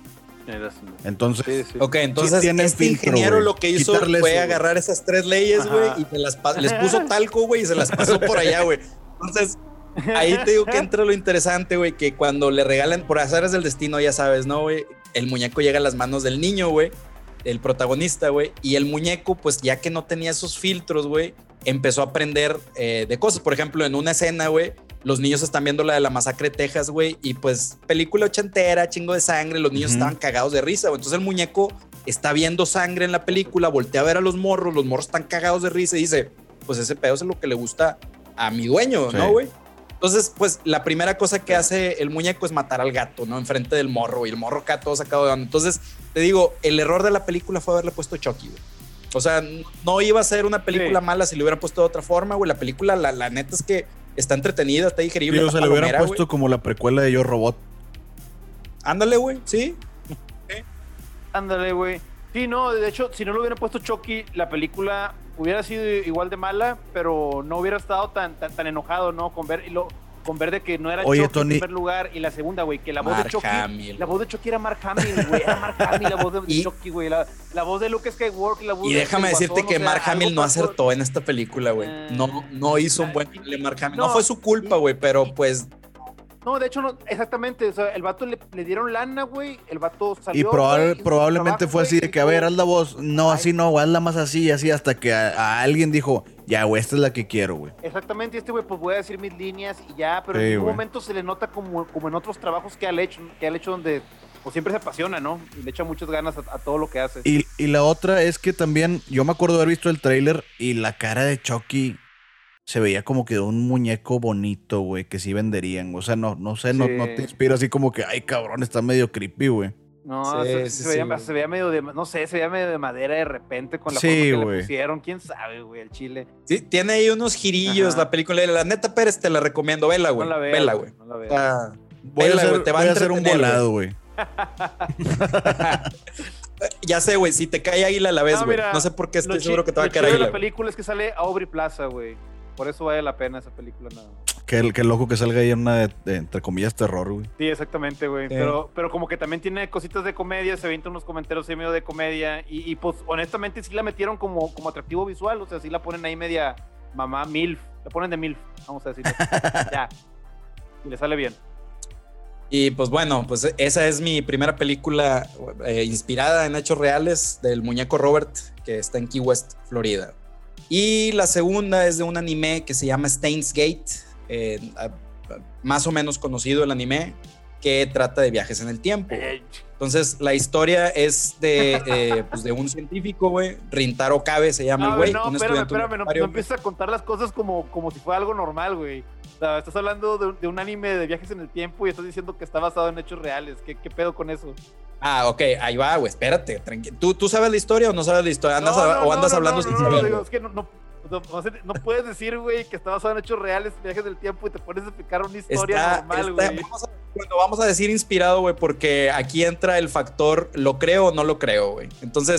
Entonces, ok, entonces este ingeniero lo que hizo fue agarrar esas 3 leyes, güey, y les puso talco, güey, y se las pasó por allá, güey. Entonces, ahí te digo que entra lo interesante, güey, que cuando le regalan por azares del destino, ya sabes, ¿no, güey? El muñeco llega a las manos del niño, güey, el protagonista, güey, y el muñeco, pues ya que no tenía esos filtros, güey, empezó a aprender de cosas. Por ejemplo, en una escena, güey, los niños están viendo la de la masacre de Texas, güey, y pues película ochentera, chingo de sangre, los niños estaban cagados de risa, güey. Entonces el muñeco está viendo sangre en la película, voltea a ver a los morros están cagados de risa y dice, pues ese pedo es lo que le gusta a mi dueño, ¿no, güey? Entonces, pues la primera cosa que hace el muñeco es matar al gato, ¿no? Enfrente del morro, y el morro acá todo sacado de onda. Entonces, te digo, el error de la película fue haberle puesto Chucky, güey. O sea, no iba a ser una película mala si le hubieran puesto de otra forma, güey. La película, la neta es que está entretenida, está digerible. Sí, o sea, le hubieran puesto como la precuela de Yo Robot. Ándale, güey, sí. Ándale, güey. Sí, no, de hecho, si no le hubieran puesto Chucky, la película hubiera sido igual de mala, pero no hubiera estado tan enojado, ¿no? Con ver de que no era Chucky en primer lugar, y la segunda, güey, que la voz de Chucky era Mark Hamill, güey, era Mark Hamill la voz de Chucky, güey, la voz de Luke Skywalker, la voz y déjame decirte que Mark Hamill no acertó en esta película, güey. No hizo un buen papel de Mark Hamill. No fue su culpa, güey, pero pues... No, de hecho, no, exactamente. O sea, el vato le dieron lana, güey. El vato salió. Y probablemente fue así de que, a ver, haz la voz. No, así no, güey, hazla más así, hasta que a alguien dijo, ya, güey, esta es la que quiero, güey. Exactamente, y güey, pues voy a decir mis líneas y ya, pero en ningún momento se le nota como en otros trabajos que ha hecho donde pues siempre se apasiona, ¿no? Y le echa muchas ganas a todo lo que hace. Y la otra es que también, yo me acuerdo de haber visto el tráiler y la cara de Chucky se veía como que de un muñeco bonito, güey, que sí venderían. O sea, no sé, no te inspira así como que, ay, cabrón, está medio creepy, güey. No, se veía medio de, no sé, se veía medio de madera de repente con la forma que le pusieron. ¿Quién sabe, güey, el chile? Sí, tiene ahí unos girillos la película. La neta, Pérez, te la recomiendo. Vela, güey. Vela, güey. No la veas. Voy a hacer un volado, güey. Ya sé, güey, si te cae Águila a la vez, güey. No sé por qué estoy seguro que te va a caer Águila. La película es que sale Aubrey Plaza, güey. Por eso vale la pena esa película, nada más. Qué loco que salga ahí en una de, entre comillas, terror, güey. Sí, exactamente, güey. Pero como que también tiene cositas de comedia, se avienta unos comentarios ahí medio de comedia. Y pues, honestamente, sí la metieron como atractivo visual. O sea, sí la ponen ahí media mamá MILF. La ponen de MILF, vamos a decirlo. Ya. Y le sale bien. Y pues bueno, pues esa es mi primera película inspirada en hechos reales del muñeco Robert, que está en Key West, Florida. Y la segunda es de un anime que se llama Steins Gate, más o menos conocido el anime, que trata de viajes en el tiempo. Entonces, la historia es de un científico, güey. Rintaro Kabe se llama el güey. No, espérame, no empieces a contar las cosas como si fuera algo normal, güey. O sea, estás hablando de un anime de viajes en el tiempo y estás diciendo que está basado en hechos reales. ¿Qué pedo con eso? Ah, ok, ahí va, güey, espérate, tranquilo. ¿Tú sabes la historia o no sabes la historia? ¿Andas hablando sin saber? No, es que no puedes decir, güey, que está basado en hechos reales, viajes del tiempo, y te pones a explicar una historia normal, güey. Vamos a decir inspirado, güey, porque aquí entra el factor lo creo o no lo creo, güey. Entonces,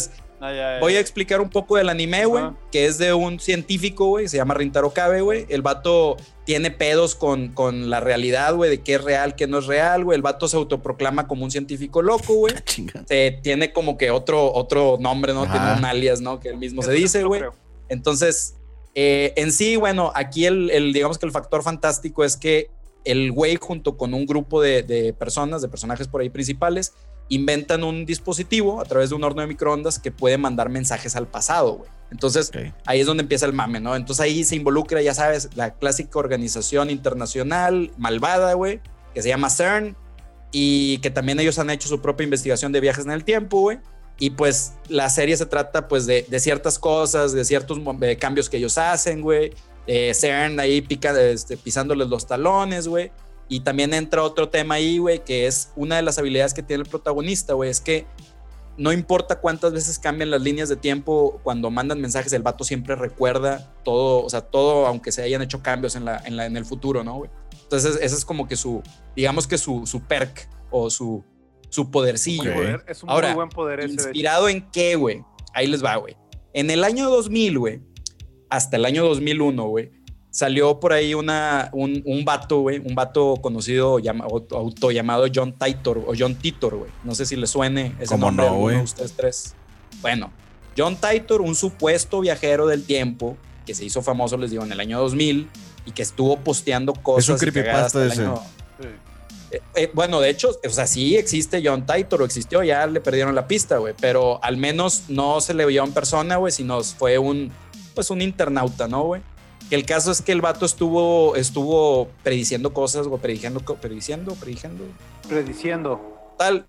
Voy a explicar un poco del anime, güey, que es de un científico, güey, se llama Rintaro Kabe, güey. El vato tiene pedos con la realidad, güey, de qué es real, qué no es real, güey. El vato se autoproclama como un científico loco, güey. Tiene como que otro nombre, ¿no? Tiene un alias, ¿no? Que él mismo se dice, güey. Entonces, en sí, bueno, aquí digamos que el factor fantástico es que el güey junto con un grupo de personajes por ahí principales, inventan un dispositivo a través de un horno de microondas que puede mandar mensajes al pasado, güey. Entonces, ahí es donde empieza el mame, ¿no? Entonces ahí se involucra, ya sabes, la clásica organización internacional malvada, güey, que se llama CERN, y que también ellos han hecho su propia investigación de viajes en el tiempo, güey. Y pues la serie se trata pues de ciertas cosas, de ciertos cambios que ellos hacen, güey. CERN ahí pisándoles los talones, güey. Y también entra otro tema ahí, güey, que es una de las habilidades que tiene el protagonista, güey, es que no importa cuántas veces cambian las líneas de tiempo, cuando mandan mensajes, el vato siempre recuerda todo, o sea, todo, aunque se hayan hecho cambios en el futuro, ¿no, güey? Entonces, ese es como que digamos que su perk o su podercillo. Es un muy buen poder ese. ¿Inspirado en qué, güey? Ahí les va, güey. En el año 2000, güey, hasta el año 2001, güey, salió por ahí un vato, güey, un vato conocido, autollamado John Titor o John Titor, güey. No sé si le suene ese nombre a uno de ustedes tres. Bueno, John Titor, un supuesto viajero del tiempo que se hizo famoso, les digo, en el año 2000 y que estuvo posteando cosas. Es un creepypasta ese. Bueno, de hecho, o sea, sí existe John Titor, o existió, ya le perdieron la pista, güey, pero al menos no se le vio en persona, güey, sino fue un internauta, ¿no, güey? Que el caso es que el vato estuvo prediciendo cosas, o prediciendo. Tal.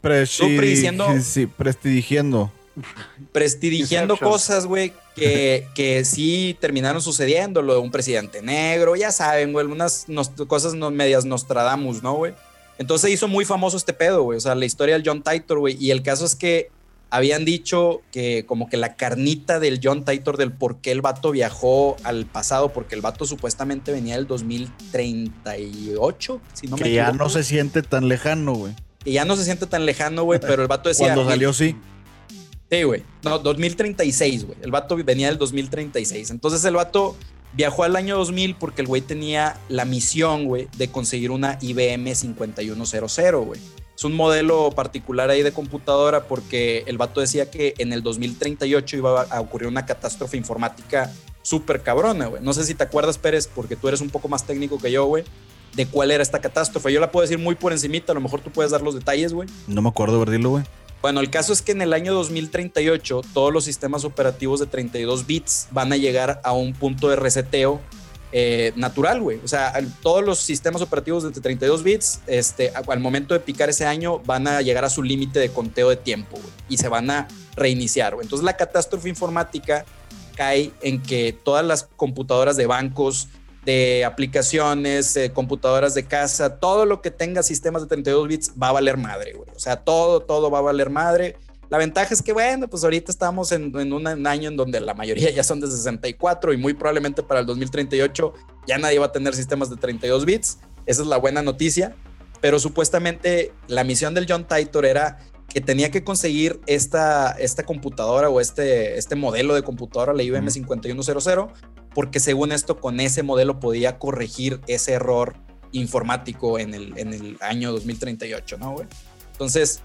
Prestidigiendo cosas, güey, que sí terminaron sucediendo, lo de un presidente negro, ya saben, güey, algunas cosas medias Nostradamus, ¿no, güey? Entonces hizo muy famoso este pedo, güey, o sea, la historia del John Titor, güey, y el caso es que habían dicho que como que la carnita del John Titor del por qué el vato viajó al pasado, porque el vato supuestamente venía del 2038, si no me equivoco. Que ya no se siente tan lejano, güey. Que ya no se siente tan lejano, güey, pero el vato decía... Cuando salió, sí. Sí, güey. No, 2036, güey. El vato venía del 2036. Entonces el vato viajó al año 2000 porque el güey tenía la misión, güey, de conseguir una IBM 5100, güey. Es un modelo particular ahí de computadora porque el vato decía que en el 2038 iba a ocurrir una catástrofe informática súper cabrona, güey. No sé si te acuerdas, Pérez, porque tú eres un poco más técnico que yo, güey, de cuál era esta catástrofe. Yo la puedo decir muy por encimita, a lo mejor tú puedes dar los detalles, güey. No me acuerdo de verlo, güey. Bueno, el caso es que en el año 2038 todos los sistemas operativos de 32 bits van a llegar a un punto de reseteo natural, güey. O sea, todos los sistemas operativos de 32 bits, al momento de picar ese año, van a llegar a su límite de conteo de tiempo, güey, y se van a reiniciar, güey. Entonces la catástrofe informática cae en que todas las computadoras de bancos, de aplicaciones, computadoras de casa, todo lo que tenga sistemas de 32 bits va a valer madre, güey. O sea, todo va a valer madre. La ventaja es que, bueno, pues ahorita estamos en un año en donde la mayoría ya son de 64 y muy probablemente para el 2038 ya nadie va a tener sistemas de 32 bits. Esa es la buena noticia. Pero supuestamente la misión del John Titor era que tenía que conseguir esta computadora o este modelo de computadora, la IBM 5100, porque según esto, con ese modelo podía corregir ese error informático en el año 2038, ¿no, güey? Entonces,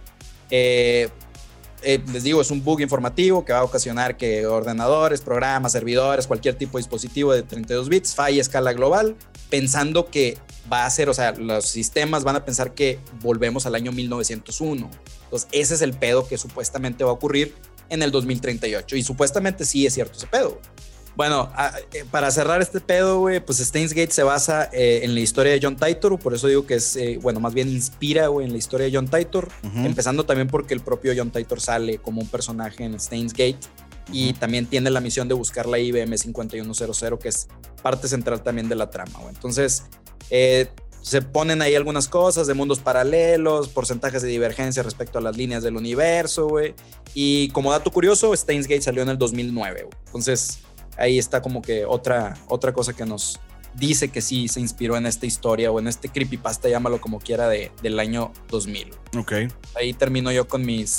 les digo, es un bug informativo que va a ocasionar que ordenadores, programas, servidores, cualquier tipo de dispositivo de 32 bits falle a escala global, pensando que va a ser, o sea, los sistemas van a pensar que volvemos al año 1901. Entonces, ese es el pedo que supuestamente va a ocurrir en el 2038. Y supuestamente sí es cierto ese pedo. Bueno, para cerrar este pedo, güey, pues Steins Gate se basa en la historia de John Titor, por eso digo que es, bueno, más bien inspira, güey, en la historia de John Titor, empezando también porque el propio John Titor sale como un personaje en Steins Gate y también tiene la misión de buscar la IBM 5100, que es parte central también de la trama, güey. Entonces, se ponen ahí algunas cosas de mundos paralelos, porcentajes de divergencia respecto a las líneas del universo, güey, y como dato curioso, Steins Gate salió en el 2009, güey. Entonces, ahí está como que otra cosa que nos dice que sí se inspiró en esta historia o en este creepypasta, llámalo como quiera, del año 2000. Ok. Ahí termino yo con mis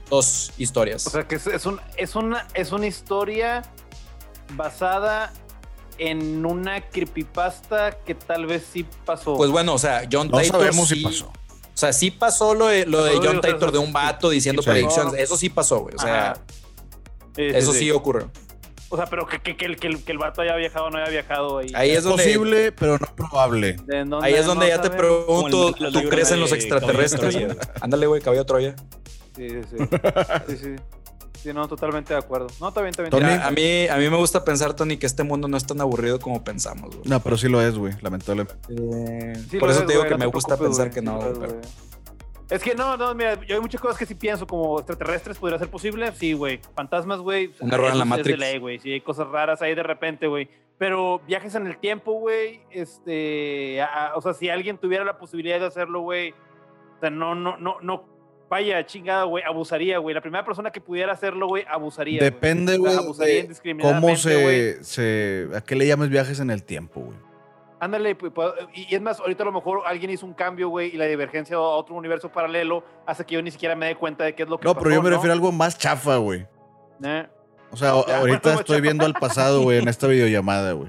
2 historias. O sea, que es una historia basada en una creepypasta que tal vez sí pasó. Pues bueno, o sea, John No Titor sabemos sí si pasó. O sea, sí pasó lo de John Titor, de un vato diciendo predicciones. Eso sí pasó, güey. O sea, eso sí ocurrió. O sea, pero que el vato haya viajado o no haya viajado. Ahí es donde, posible, pero no probable. Ahí es donde ya te pregunto, ¿tú crees en los extraterrestres? Ándale, güey, caballo Troya. Sí. Sí, no, totalmente de acuerdo. No, está bien. A mí me gusta pensar, Tony, que este mundo no es tan aburrido como pensamos, güey. No, pero sí lo es, güey, lamentablemente. Por eso te digo que me gusta pensar que no, güey. Es que no, mira, yo hay muchas cosas que sí pienso, como extraterrestres podría ser posible. Sí, güey. Fantasmas, güey. Un error en la Matrix. Güey. Sí, hay cosas raras ahí de repente, güey. Pero viajes en el tiempo, güey. O sea, si alguien tuviera la posibilidad de hacerlo, güey. O sea, no. Vaya, chingada, güey, abusaría, güey. La primera persona que pudiera hacerlo, güey, abusaría. Depende, güey, abusaría indiscriminadamente, cómo ¿a qué le llamas viajes en el tiempo, güey? Ándale, y es más, ahorita a lo mejor alguien hizo un cambio, güey, y la divergencia a otro universo paralelo hace que yo ni siquiera me dé cuenta de qué es lo que pasó. No, pero yo me refiero a algo más chafa, güey. O sea, ahorita estoy viendo al pasado, güey, en esta videollamada, güey.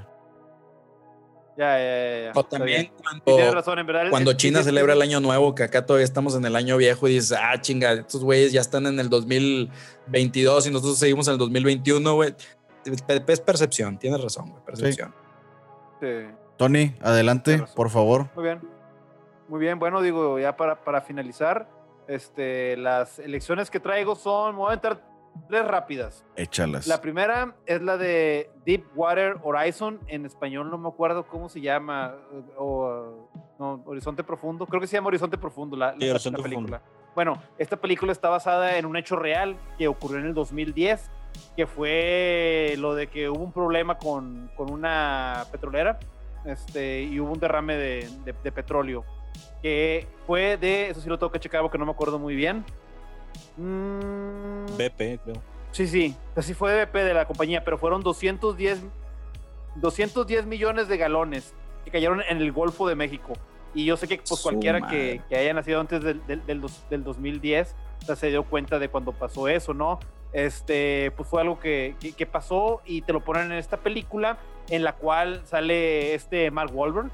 Ya. O también tienes razón, en verdad. Cuando China celebra el año nuevo, que acá todavía estamos en el año viejo y dices, chinga, estos güeyes ya están en el 2022 y nosotros seguimos en el 2021, güey. Es percepción, tienes razón, güey, percepción. Sí. Tony, adelante, por favor. Muy bien, bueno, digo, ya para finalizar, las elecciones que traigo me voy a entrar 3 rápidas. Échalas. La primera es la de Deepwater Horizon. En español no me acuerdo cómo se llama. Horizonte Profundo. Creo que se llama Horizonte Profundo la película. Profundo. Bueno, esta película está basada en un hecho real que ocurrió en el 2010, que fue lo de que hubo un problema con una petrolera y hubo un derrame de petróleo. Que fue eso sí lo tengo que checar porque no me acuerdo muy bien. BP, creo. Sí, así fue de BP de la compañía, pero fueron 210 millones de galones que cayeron en el Golfo de México. Y yo sé que pues cualquiera que haya nacido antes del 2010 se dio cuenta de cuando pasó eso, ¿no? Pues fue algo que pasó y te lo ponen en esta película en la cual sale Mark Wahlberg.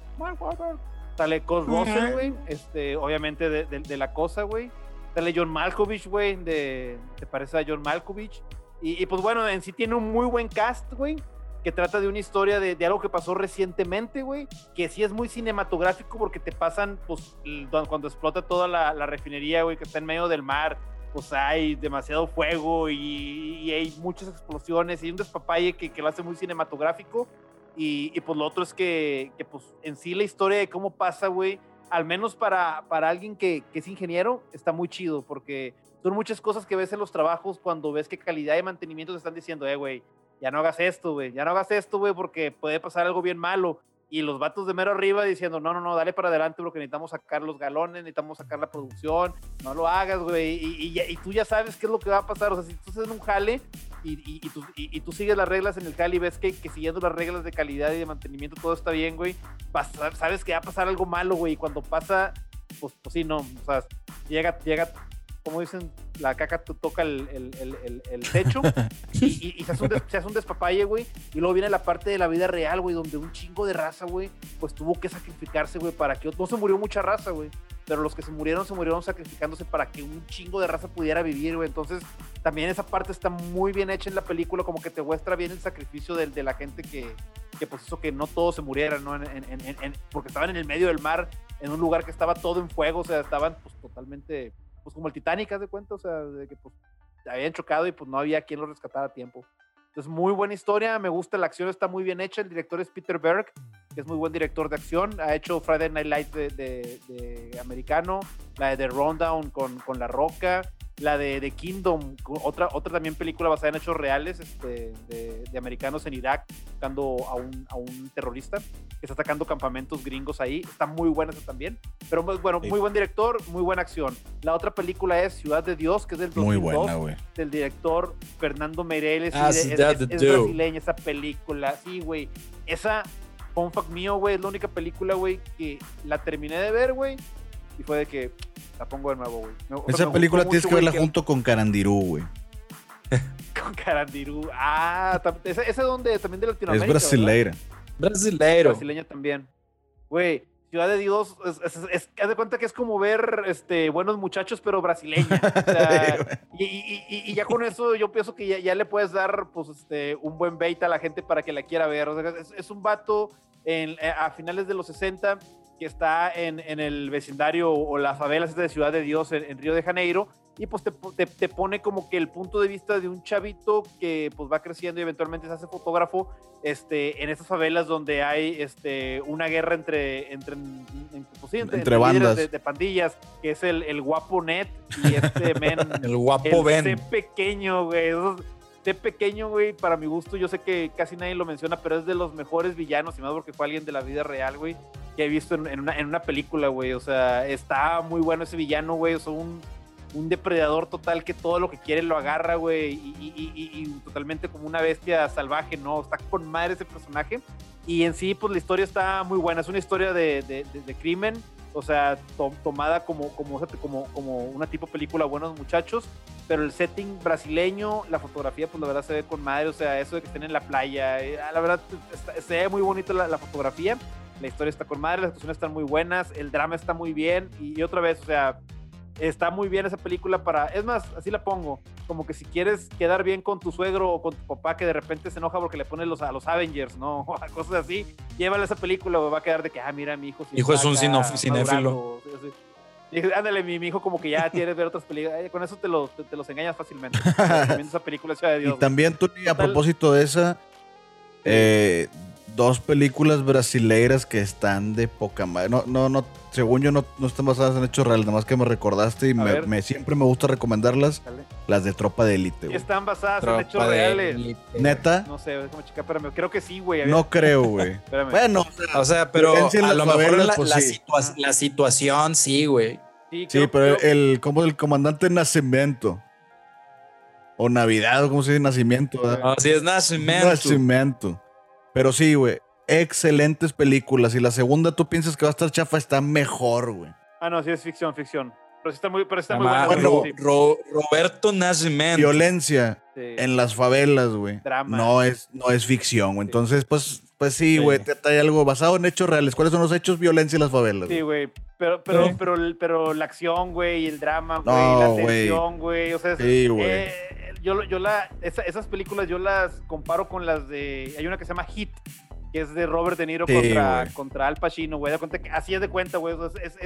Sale Kurt Russell, güey, obviamente de La Cosa, güey. Sale John Malkovich, güey, te parece a John Malkovich. Y pues bueno, en sí tiene un muy buen cast, güey, que trata de una historia de algo que pasó recientemente, güey, que sí es muy cinematográfico porque te pasan, pues, cuando explota toda la refinería, güey, que está en medio del mar, pues hay demasiado fuego y hay muchas explosiones y un despapalle que lo hace muy cinematográfico. Y pues lo otro es que pues en sí la historia de cómo pasa, güey, al menos para alguien que es ingeniero, está muy chido, porque son muchas cosas que ves en los trabajos cuando ves que calidad y mantenimiento te están diciendo, güey, ya no hagas esto, güey, porque puede pasar algo bien malo. Y los vatos de mero arriba diciendo, no, dale para adelante porque necesitamos sacar los galones, necesitamos sacar la producción, no lo hagas, güey. Y tú ya sabes qué es lo que va a pasar. O sea, si tú estás en un jale y tú sigues las reglas en el jale y ves que siguiendo las reglas de calidad y de mantenimiento todo está bien, güey, sabes que va a pasar algo malo, güey. Y cuando pasa, pues sí, no. O sea, llega como dicen, la caca toca el techo y se hace un despapalle, güey. Y luego viene la parte de la vida real, güey, donde un chingo de raza, güey, pues tuvo que sacrificarse, güey, para que... No se murió mucha raza, güey, pero los que se murieron sacrificándose para que un chingo de raza pudiera vivir, güey. Entonces, también esa parte está muy bien hecha en la película, como que te muestra bien el sacrificio de la gente que pues hizo que no todos se murieran, ¿no? Porque estaban en el medio del mar, en un lugar que estaba todo en fuego, o sea, estaban pues totalmente... pues como el Titanic, haz de cuenta, o sea, de que pues habían chocado y pues no había quien lo rescatara a tiempo. Entonces, muy buena historia, me gusta, la acción está muy bien hecha, el director es Peter Berg, que es muy buen director de acción, ha hecho Friday Night Lights de americano, la de The Rundown con La Roca, la de The Kingdom, otra también película basada en hechos reales de americanos en Irak buscando a un terrorista que está atacando campamentos gringos ahí. Está muy buena esa también, pero bueno, muy buen director, muy buena acción. La otra película es Ciudad de Dios, que es del 2002, muy buena, güey, del director Fernando Meirelles. Es brasileña esa película, sí, güey. Esa, fun fact mío, güey, es la única película, güey, que la terminé de ver, güey, y fue de que la pongo de nuevo, güey. Esa película tienes que verla junto con Carandirú, güey. Con Carandirú. ¿Ese dónde? También de Latinoamérica. Es brasileira. Brasileña también. Güey, Ciudad de Dios, haz de cuenta que es como ver Buenos Muchachos, pero brasileña. O sea, y ya con eso yo pienso que ya le puedes dar pues, un buen bait a la gente para que la quiera ver. O sea, es un vato a finales de los 60 que está en el vecindario o las favelas de Ciudad de Dios en Río de Janeiro, y pues te pone como que el punto de vista de un chavito que pues va creciendo y eventualmente se hace fotógrafo en esas favelas donde hay una guerra entre bandas de pandillas, que es el guapo Ned y men el guapo Ben. Ese pequeño, güey. De pequeño, güey, para mi gusto, yo sé que casi nadie lo menciona, pero es de los mejores villanos, y más porque fue alguien de la vida real, güey, que he visto en una película, güey. O sea, está muy bueno ese villano, güey. O sea, un depredador total que todo lo que quiere lo agarra, güey, y totalmente como una bestia salvaje, ¿no? Está con madre ese personaje. Y en sí, pues la historia está muy buena. Es una historia de crimen, o sea, tomada como una tipo película Buenos Muchachos, pero el setting brasileño, la fotografía, pues la verdad se ve con madre. O sea, eso de que estén en la playa, la verdad se ve muy bonito la fotografía. La historia está con madre, las actuaciones están muy buenas, el drama está muy bien, y otra vez, o sea, está muy bien esa película es más, así la pongo, como que si quieres quedar bien con tu suegro o con tu papá que de repente se enoja porque le pones a los Avengers, ¿no? O cosas así, llévale esa película, va a quedar de que, mira, mi hijo... Hijo es un cinéfilo. Ándale, mi hijo como que ya quiere ver otras películas, con eso te los engañas fácilmente. Esa película Ciudad de Dios. Y también tú, a propósito de esa, dos películas brasileiras que están de poca madre. No, según yo no están basadas en hechos reales, nada más que me recordaste y siempre me gusta recomendarlas. Dale. Las de Tropa de Élite. Están basadas en hechos reales. Élite. ¿Neta? No sé, déjame checar, espérame. Creo que sí, güey. No creo, güey. Bueno, o sea, pero a lo mejor la situación sí, güey. Sí, pero como el comandante Nacimiento. O Navidad, o como se dice, Nacimiento. Sí, es Nacimiento. Pero sí, güey, excelentes películas. Y la segunda tú piensas que va a estar chafa, está mejor, güey. No, sí es ficción. Pero sí está muy buena. Bueno, Roberto Nascimento. Violencia en las favelas, güey. Drama. No es ficción, güey. Entonces, pues sí, güey, te trae algo basado en hechos reales. ¿Cuáles son los hechos? Violencia en las favelas. Sí, güey. Pero la acción, güey, y el drama, güey, la tensión, güey. O sea, sí, güey. Esas películas yo las comparo con las de... Hay una que se llama Hit, que es de Robert De Niro contra Al Pacino, güey. Así es de cuenta, güey.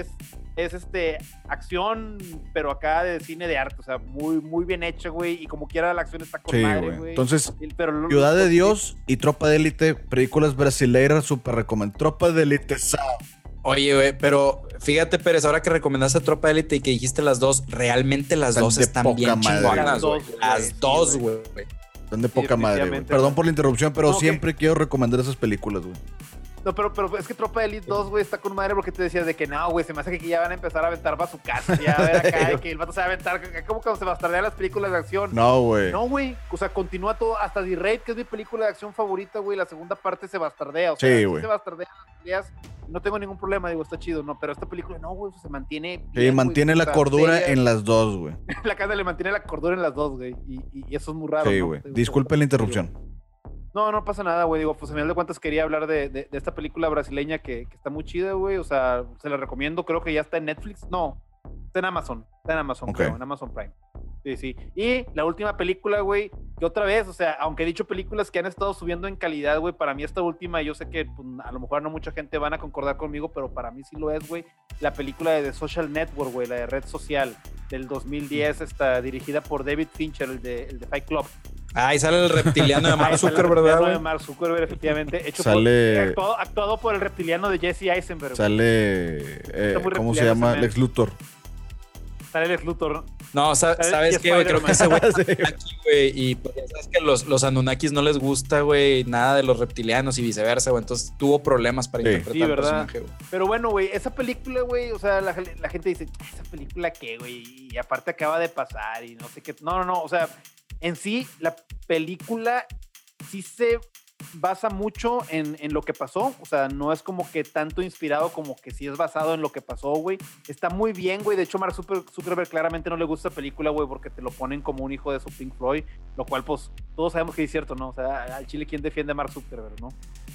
Es acción, pero acá de cine de arte. O sea, muy, muy bien hecha, güey. Y como quiera la acción está con madre, güey. Entonces, Ciudad de Dios y Tropa de Élite, películas brasileiras, súper recomiendo. Tropa de Élite, Oye, güey, pero fíjate, Pérez, ahora que recomendaste Tropa de Élite y que dijiste las dos, realmente las dos están bien chingonas, güey. Las dos, güey. Están de poca madre, güey. Perdón por la interrupción, pero siempre quiero recomendar esas películas, güey. No, pero es que Tropa de Élite 2, güey, está con madre porque te decías de que no, güey, se me hace que ya van a empezar a aventar bazucas. Ya a ver acá, que el vato se va a aventar. ¿Cómo que se bastardean las películas de acción? No, güey. No, güey. O sea, continúa todo. Hasta D-Raid, que es mi película de acción favorita, güey. La segunda parte se bastardea. O sea, sí, güey. Se bastardea las peleas. No tengo ningún problema, digo, está chido, ¿no? Pero esta película, no, güey, se mantiene. Sí, mantiene la cordura en las dos, güey. La casa le mantiene la cordura en las dos, güey. Y eso es muy raro. Sí, güey. Disculpe la interrupción. No pasa nada, güey. Digo, pues a final de cuentas quería hablar de esta película brasileña que está muy chida, güey. O sea, se la recomiendo. Creo que ya está en Netflix. No, está en Amazon. Está en Amazon, creo, en Amazon Prime. Sí. Y la última película, güey, que otra vez, o sea, aunque he dicho películas que han estado subiendo en calidad, güey, para mí esta última, yo sé que pues, a lo mejor no mucha gente van a concordar conmigo, pero para mí sí lo es, güey. La película de The Social Network, güey, la de Red Social, del 2010, dirigida por David Fincher, el de Fight Club. Ahí sale el reptiliano de Mark Zuckerberg, ¿verdad, güey? De Mark Zuckerberg, efectivamente. Actuado por el reptiliano de Jesse Eisenberg. Sale, ¿cómo se llama? Lex Luthor. Sale Lex Luthor. No, ¿sabes qué, güey? Creo que ese güey es Anunnaki, güey. Y pues ya sabes que los Anunnakis no les gusta, güey, nada de los reptilianos y viceversa, güey. Entonces tuvo problemas para interpretar el personaje, güey. Pero bueno, güey, esa película, güey, o sea, la gente dice, ¿esa película qué, güey? Y aparte acaba de pasar y no sé qué. No, o sea, en sí, la película sí se basa mucho en lo que pasó, o sea, no es como que tanto inspirado como que sí es basado en lo que pasó, güey. Está muy bien, güey. De hecho, Mark Zuckerberg claramente no le gusta la película, güey, porque te lo ponen como un hijo de su Pink Floyd, lo cual, pues, todos sabemos que es cierto, ¿no? O sea, al chile, ¿quién defiende a Mark Zuckerberg, no?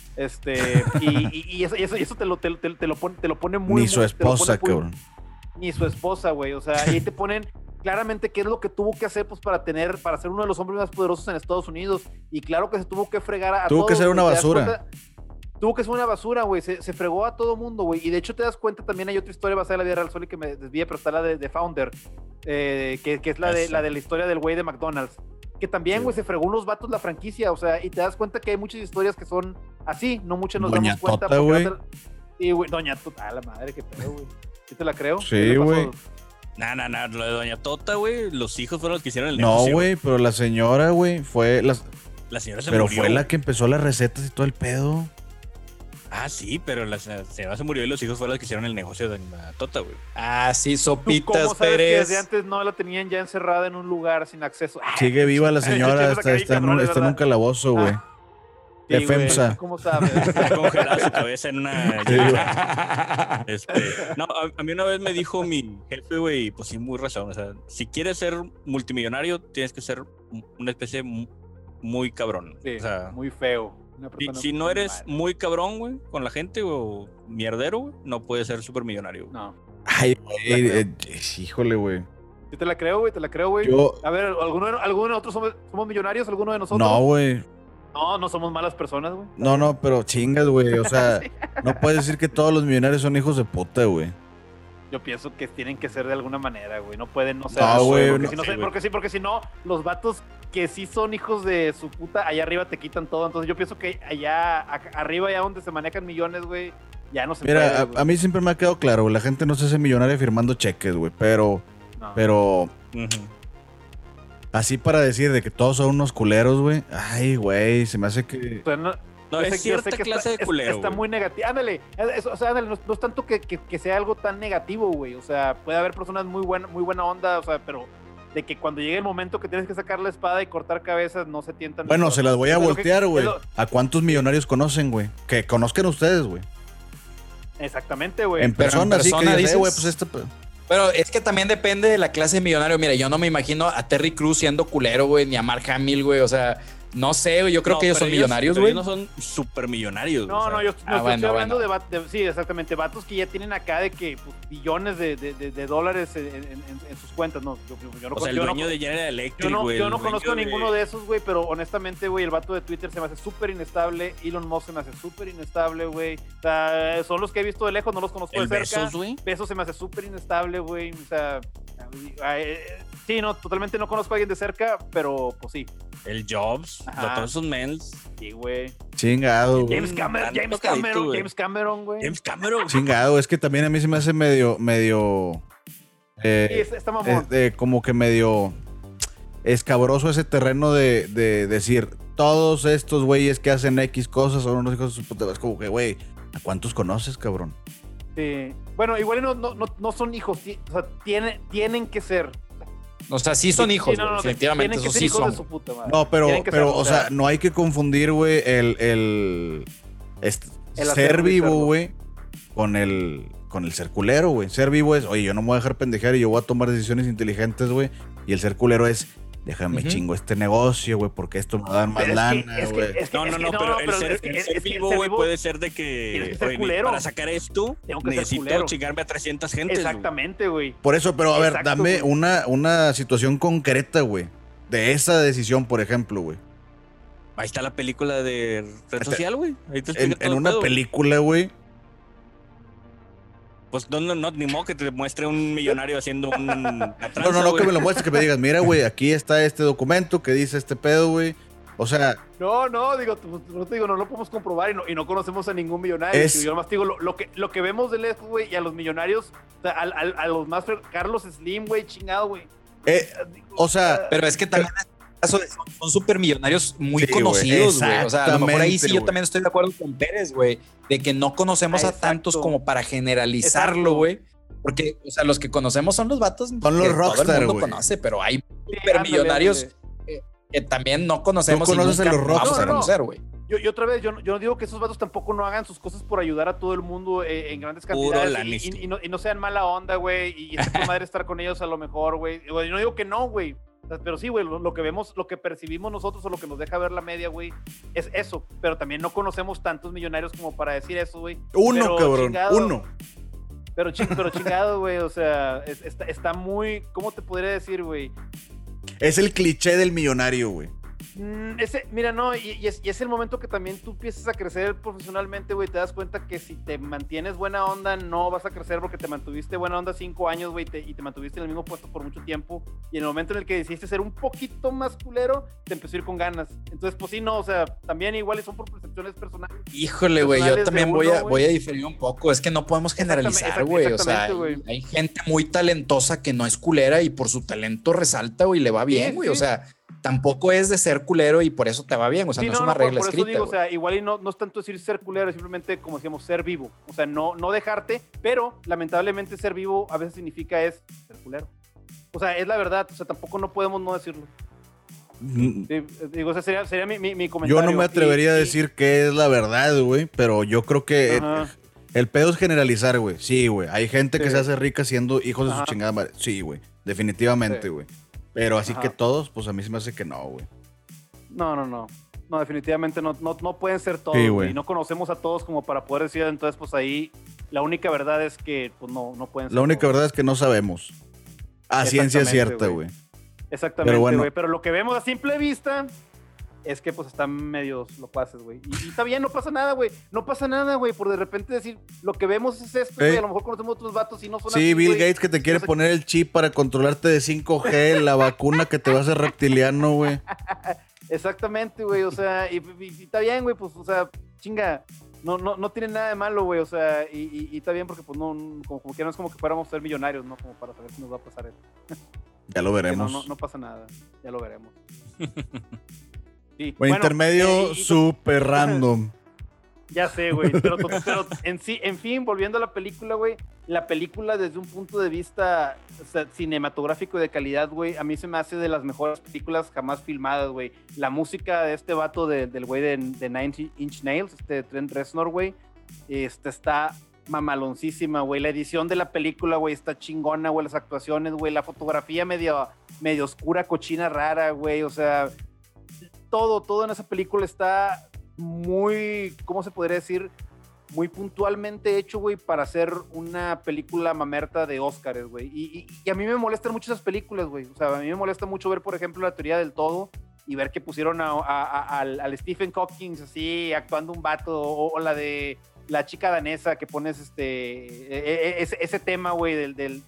Y eso te lo pone muy... Ni su esposa, cabrón. Ni su esposa, güey. O sea, ahí te ponen claramente qué es lo que tuvo que hacer, pues, para ser uno de los hombres más poderosos en Estados Unidos. Y claro que se tuvo que fregar a tuvo todos. Que ser una basura. Tuvo que ser una basura, güey. Se fregó a todo mundo, güey. Y de hecho te das cuenta, también hay otra historia basada en la vida real, Soli, que me desvía, pero está la de Founder, que es la de la historia del güey de McDonald's. Que también, güey, se fregó unos vatos la franquicia, o sea, y te das cuenta que hay muchas historias que son así, no muchas nos Doña damos cuenta. Tota, güey. Sí, güey, Doña Tota, la madre, qué pedo, güey. ¿Sí te la creo? Sí, güey. No, lo de Doña Tota, güey, los hijos fueron los que hicieron el negocio. No, güey, pero la señora, güey, fue la señora se pero murió. fue la que empezó las recetas y todo el pedo. Ah, sí, pero la señora se murió y los hijos fueron los que hicieron el negocio de Doña Tota, güey. Ah, sí, Sopitas ¿Cómo sabes Pérez. que desde antes no la tenían ya encerrada en un lugar sin acceso? Sigue viva la señora, está en un calabozo, güey. De FEMSA. ¿Cómo sabes? Está congelada su cabeza en una... No, a mí una vez me dijo mi jefe, güey, pues sí, muy razón. O sea, si quieres ser multimillonario, tienes que ser una especie muy cabrón. Sí, o sea, muy feo. Si no eres muy cabrón, güey, con la gente, o mierdero, güey, no puedes ser supermillonario. No. Ay, güey, híjole, güey. Yo te la creo, güey. A ver, ¿alguno de nosotros somos millonarios? ¿Alguno de nosotros? No, güey. No somos malas personas, güey. No, pero chingas, güey. O sea, sí. No puedes decir que todos los millonarios son hijos de puta, güey. Yo pienso que tienen que ser de alguna manera, güey. No pueden no ser. No, güey. Porque si no, los vatos que sí son hijos de su puta, allá arriba te quitan todo. Entonces yo pienso que allá arriba, allá donde se manejan millones, güey, ya no se puede. Mira, a mí siempre me ha quedado claro, güey. La gente no se hace millonaria firmando cheques, güey. Pero... Así para decir de que todos son unos culeros, güey. Ay, güey, se me hace que... O sea, no es cierta clase de culero. Está muy negativo. Ándale, no es tanto que sea algo tan negativo, güey. O sea, puede haber personas muy buena onda, o sea, pero de que cuando llegue el momento que tienes que sacar la espada y cortar cabezas, no se tientan. Bueno, se las voy a voltear, güey. ¿A cuántos millonarios conocen, güey? Que conozcan ustedes, güey. Exactamente, güey. En persona, sí, que dices, güey, pues Pero es que también depende de la clase de millonario. Mira, yo no me imagino a Terry Crews siendo culero, güey, ni a Mark Hamill, güey. O sea, no sé, güey. Yo creo que ellos son millonarios, güey. Ellos no son supermillonarios. No, yo estoy hablando de sí, exactamente. Vatos que ya tienen acá de que pues, billones de dólares en sus cuentas. No, yo no, o sea, el dueño de General Electric, güey. Yo no conozco a ninguno de esos, güey, pero honestamente, güey, el vato de Twitter se me hace súper inestable. Elon Musk se me hace súper inestable, güey. O sea, son los que he visto de lejos, no los conozco de cerca. Bezos se me hace súper inestable, güey. O sea, sí, no, totalmente no conozco a alguien de cerca, pero pues sí. El Jobs, todos esos mens. Sí, güey. Chingado, güey. James Cameron, güey. James Cameron. Chingado, es que también a mí se me hace medio sí, está mamón. como que medio escabroso ese terreno de decir, todos estos güeyes que hacen X cosas son unos hijos de su puta. Es como que, güey, ¿a cuántos conoces, cabrón? Sí. Bueno, igual no son hijos, o sea, tienen que ser. O sea, sí son hijos, definitivamente, eso sí son. No, pero o sea, no hay que confundir, güey, el ser vivo, güey, con el ser culero, güey. Ser vivo es, oye, yo no me voy a dejar pendejear y yo voy a tomar decisiones inteligentes, güey. Y el ser culero es, déjame chingo este negocio, güey, porque esto me va a dar más lana, güey. Pero el ser vivo, güey, puede ser de que, oye, para sacar esto, necesito chingarme a 300 gentes. Exactamente, güey. Por eso, pero a ver, dame una situación concreta, güey, de esa decisión, por ejemplo, güey. Ahí está la película de Red Social, güey. En una película, güey. Pues ni modo que te muestre un millonario haciendo una tranza, No, que me lo muestres, que me digas, mira, güey, aquí está este documento que dice este pedo, güey. O sea... No, no lo podemos comprobar y no conocemos a ningún millonario. Yo nomás digo, lo que vemos de lejos, güey, y a los millonarios, o sea, a los más... Carlos Slim, güey, chingado, güey. O sea... Pero es que también... Son súper millonarios muy conocidos, güey. O sea, a lo mejor ahí sí yo también estoy de acuerdo con Pérez, güey, de que no conocemos a tantos como para generalizarlo, güey. Porque, o sea, los que conocemos son los vatos son los rockstar, todo el mundo conoce, pero hay súper millonarios que también no conocemos. ¿Tú conoces a los rockstar? Vamos a conocer, güey. Yo otra vez, yo no digo que esos vatos tampoco no hagan sus cosas por ayudar a todo el mundo en grandes cantidades y no sean mala onda, güey, y está con madre estar con ellos a lo mejor, güey. Yo no digo que no, güey, pero sí, güey, lo que vemos, lo que percibimos nosotros o lo que nos deja ver la media, güey, es eso, pero también no conocemos tantos millonarios como para decir eso, güey. Uno, cabrón, chingado, uno. Pero chingado, güey, o sea, está muy, ¿cómo te podría decir, güey? Es el cliché del millonario, güey. Mira, no, y es el momento que también tú empiezas a crecer profesionalmente, güey, te das cuenta que si te mantienes buena onda, no vas a crecer porque te mantuviste buena onda 5 años, güey, y te mantuviste en el mismo puesto por mucho tiempo, y en el momento en el que decidiste ser un poquito más culero, te empezó a ir con ganas. Entonces, pues sí, no, o sea, también igual son por percepciones personales. Híjole, güey, yo también voy a diferir un poco, es que no podemos generalizar, güey, o sea, hay gente muy talentosa que no es culera y por su talento resalta, güey, le va bien, güey, o sea, tampoco es de ser culero y por eso te va bien, o sea, sí, no es una regla escrita. Por eso digo, o sea, igual y no es tanto decir ser culero, es simplemente, como decíamos, ser vivo, o sea, no dejarte, pero lamentablemente ser vivo a veces significa ser culero. O sea, es la verdad, o sea, tampoco no podemos no decirlo. Sí, digo, o sea, sería mi comentario. Yo no me atrevería a decir que es la verdad, güey, pero yo creo que el pedo es generalizar, güey. Sí, güey, hay gente que se hace rica siendo hijos de su chingada madre. Sí, güey, definitivamente, güey. Pero así que todos, pues a mí se me hace que no, güey. No, definitivamente no pueden ser todos, sí, güey. Y no conocemos a todos como para poder decir, entonces, pues ahí la única verdad es que pues no pueden ser. La única verdad es que no sabemos. A ciencia cierta, güey. Exactamente, güey. Pero lo que vemos a simple vista es que pues están medios locuaces, güey. Y está bien, no pasa nada, güey. No pasa nada, güey, por de repente decir, lo que vemos es esto, güey. A lo mejor conocemos otros vatos y no son así. Sí, Bill Gates que te quiere poner el chip para controlarte de 5G, la vacuna que te va a hacer reptiliano, güey. Exactamente, güey. O sea, y está bien, güey, pues, o sea, chinga. No tiene nada de malo, güey. O sea, y está bien porque, pues, como que no es como que fuéramos a ser millonarios, ¿no? Como para saber si nos va a pasar eso. Ya lo veremos. No pasa nada. Ya lo veremos. Sí. Bueno, intermedio súper random. Ya sé, güey, pero en fin, volviendo a la película, güey, la película desde un punto de vista, o sea, cinematográfico de calidad, güey, a mí se me hace de las mejores películas jamás filmadas, güey. La música de este vato del güey de Nine Inch Nails, Trent Reznor, güey, está mamaloncísima, güey. La edición de la película, güey, está chingona, güey, las actuaciones, güey, la fotografía medio oscura, cochina, rara, güey, o sea, todo en esa película está muy, ¿cómo se podría decir? Muy puntualmente hecho, güey, para hacer una película mamerta de Óscares, güey. Y a mí me molestan mucho esas películas, güey. O sea, a mí me molesta mucho ver, por ejemplo, La Teoría del Todo y ver que pusieron al Stephen Hawking así, actuando un vato, o la de la chica danesa que pones ese tema, güey,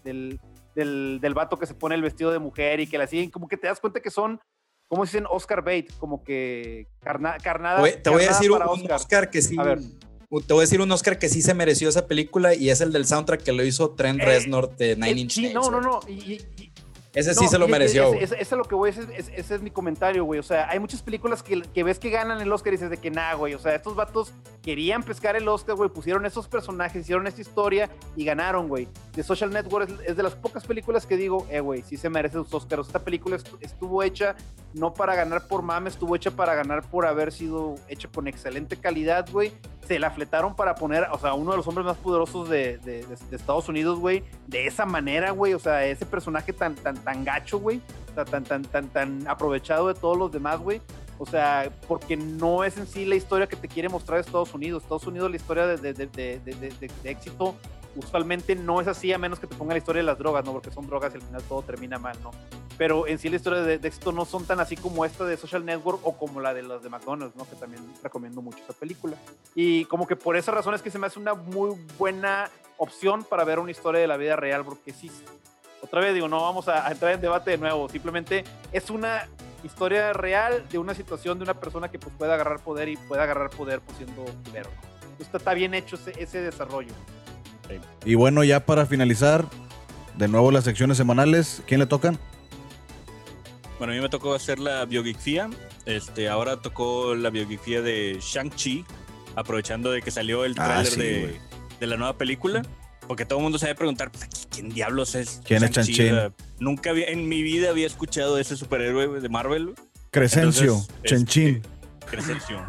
del vato que se pone el vestido de mujer y que la siguen, como que te das cuenta que son, ¿cómo dicen? Oscar bait, como que carnada. Te voy a decir un Oscar que sí. A ver. Te voy a decir un Oscar que sí se mereció esa película y es el del soundtrack que lo hizo Trent Reznor de Nine Inch Nails. No. Ese sí se lo mereció. Ese es lo que voy a decir, ese es mi comentario, güey. O sea, hay muchas películas que ves que ganan el Oscar y dices de que nada, güey. O sea, estos vatos querían pescar el Oscar, güey. Pusieron esos personajes, hicieron esta historia y ganaron, güey. The Social Network es de las pocas películas que digo, güey, sí se merece los Oscars. Esta película estuvo hecha no para ganar por mame, estuvo hecha para ganar por haber sido hecha con excelente calidad, güey. Se la fletaron para poner, o sea, uno de los hombres más poderosos de Estados Unidos, güey, de esa manera, güey. O sea, ese personaje tan gacho, güey, tan aprovechado de todos los demás, güey. O sea, porque no es en sí la historia que te quiere mostrar Estados Unidos. Estados Unidos, la historia de éxito usualmente no es así, a menos que te ponga la historia de las drogas, ¿no? Porque son drogas y al final todo termina mal, ¿no? Pero en sí la historia de éxito no son tan así como esta de Social Network o como la de las de McDonald's, ¿no? Que también recomiendo mucho esa película. Y como que por esa razón es que se me hace una muy buena opción para ver una historia de la vida real, porque sí, otra vez digo, no vamos a entrar en debate de nuevo, simplemente es una historia real de una situación de una persona que pues puede agarrar poder y puede agarrar poder pues siendo culero, ¿no? Está bien hecho ese desarrollo. Sí. Y bueno, ya para finalizar, de nuevo las secciones semanales, ¿quién le tocan? Bueno, a mí me tocó hacer la biogeekfía. Ahora tocó la biogeekfía de Shang-Chi, aprovechando de que salió el tráiler de la nueva película. Porque todo el mundo se debe preguntar, pues, ¿quién diablos es? ¿Quién es Shang-Chi? Nunca en mi vida había escuchado de ese superhéroe de Marvel. Crescencio, Chen-Chin. Crescencio.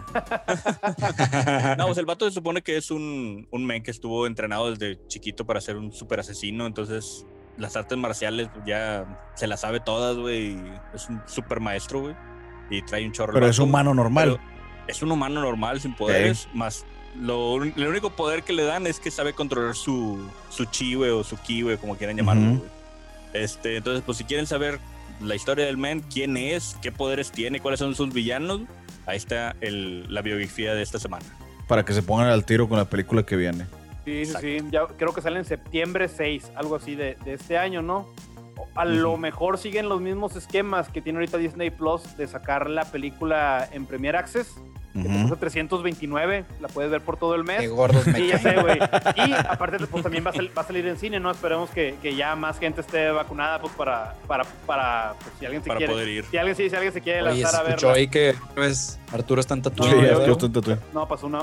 No, pues el vato se supone que es un men que estuvo entrenado desde chiquito para ser un super asesino, entonces las artes marciales ya se las sabe todas, güey. Es un super maestro, güey. Y trae un chorro. Pero es humano normal. Es un humano normal, sin poderes, más el único poder que le dan es que sabe controlar su chi, güey, o su ki, güey, como quieran llamarlo, güey. Entonces, pues si quieren saber la historia del men, quién es, qué poderes tiene, cuáles son sus villanos, ahí está la biografía de esta semana. Para que se pongan al tiro con la película que viene. Sí. Ya creo que sale en septiembre 6, algo así de este año, ¿no? A lo mejor siguen los mismos esquemas que tiene ahorita Disney Plus de sacar la película en Premier Access. Que te puso 329, la puedes ver por todo el mes. Qué gordos me ya sé, güey. Y aparte, pues también va a salir en cine, ¿no? Esperemos que ya más gente esté vacunada, pues para pues, si alguien se quiere. Poder ir. Si alguien se quiere lanzar a ver. Escuchó ahí que pues, Arturo está en tatuaje. Sí, Arturo está en tatuaje. No, pasó una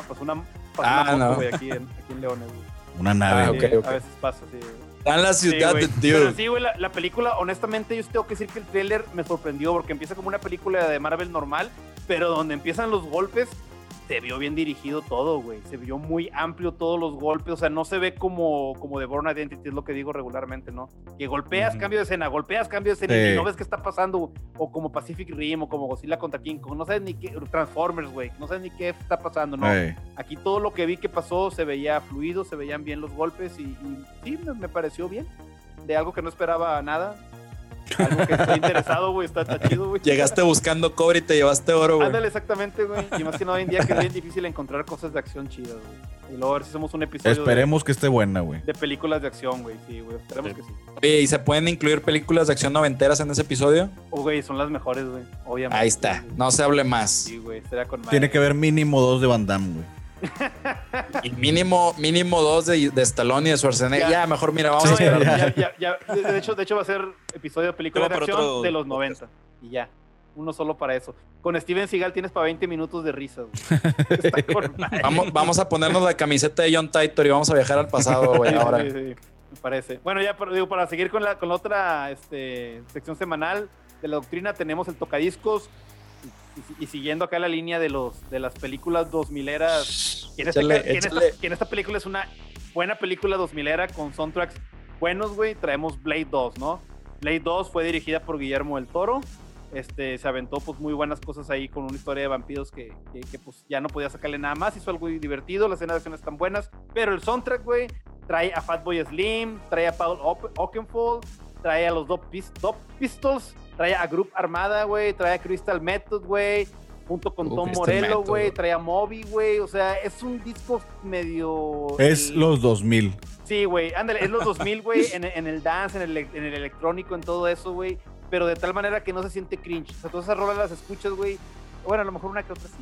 moto, güey, aquí en Leones, güey. Una nave. Okay. A veces pasa, sí. Está en la ciudad de Dios. Pero sí, güey, la película, honestamente, yo tengo que decir que el tráiler me sorprendió porque empieza como una película de Marvel normal, pero donde empiezan los golpes, se vio bien dirigido todo, güey. Se vio muy amplio todos los golpes, o sea, no se ve como de Bourne Identity, es lo que digo regularmente, ¿no? Que golpeas, cambio de escena, y no ves qué está pasando, o como Pacific Rim, o como Godzilla contra King Kong, no sabes ni qué, Transformers, güey, no sabes ni qué está pasando, ¿no? Aquí todo lo que vi que pasó se veía fluido, se veían bien los golpes, y sí, me pareció bien, de algo que no esperaba nada. Algo que estoy interesado, güey, está chido, güey. Llegaste buscando cobre y te llevaste oro, güey. Ándale, exactamente, güey. Y más que nada hoy en día que es bien difícil encontrar cosas de acción chidas, güey. Y luego a ver si hacemos un episodio. Esperemos que esté buena, güey. De películas de acción, güey. Sí, güey. Esperemos que sí. Oye, ¿y se pueden incluir películas de acción noventeras en ese episodio? Güey, son las mejores, güey. Obviamente. Ahí está. No se hable más. Sí, güey. Estaría con madre. Tiene que haber mínimo 2 de Van Damme, güey. Y mínimo 2 de Stallone y de Schwarzenegger. Ya, mejor mira, vamos a esperar. Ya. De hecho va a ser episodio de película de acción de los 90. Y ya. Uno solo para eso. Con Steven Seagal tienes para 20 minutos de risa, güey. Está con madre. Vamos a ponernos la camiseta de John Titor y vamos a viajar al pasado, güey. Ahora. Sí, me parece. Bueno, ya para seguir con la otra sección semanal de la doctrina, tenemos el tocadiscos. Y siguiendo acá la línea de las películas 2000eras, que en esta película es una buena película 2000era con soundtracks buenos, güey. Traemos Blade 2, ¿no? Blade 2 fue dirigida por Guillermo del Toro. Se aventó pues muy buenas cosas ahí con una historia de vampiros que pues ya no podía sacarle nada más. Hizo algo divertido, las escenas de acción están buenas, pero el soundtrack, güey, trae a Fatboy Slim, trae a Paul Oakenfold, trae a los Dop Pistols, trae a Group Armada, güey, trae a Crystal Method, güey, junto con Tom Morello, güey, trae a Moby, güey, o sea, es un disco medio... Es los 2000. Sí, güey, ándale, es los 2000, güey, en el dance, en el electrónico, en todo eso, güey, pero de tal manera que no se siente cringe, o sea, todas esas rolas las escuchas, güey, bueno, a lo mejor una que otra sí,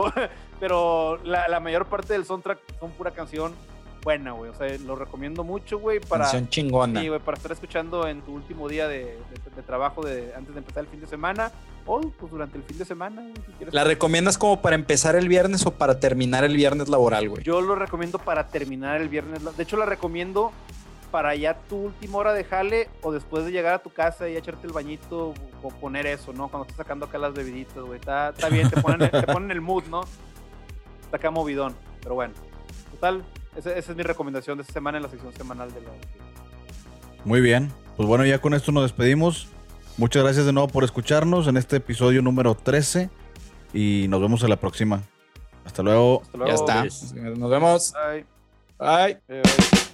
pero la mayor parte del soundtrack son pura canción buena, güey, o sea, lo recomiendo mucho, güey, para... Canción chingona. Sí, güey, para estar escuchando en tu último día de trabajo antes de empezar el fin de semana, o pues durante el fin de semana, güey, si quieres. ¿La recomiendas como para empezar el viernes o para terminar el viernes laboral, güey? Yo lo recomiendo para terminar el viernes, de hecho la recomiendo para ya tu última hora de jale o después de llegar a tu casa y echarte el bañito o poner eso, ¿no? Cuando estás sacando acá las bebiditas, güey, está bien, te ponen el mood, ¿no? Está acá movidón, pero bueno, total. Esa es mi recomendación de esta semana en la sección semanal de la... Muy bien. Pues bueno, ya con esto nos despedimos. Muchas gracias de nuevo por escucharnos en este episodio número 13 y nos vemos en la próxima. Hasta luego. Ya está. Nos vemos. Bye. Bye.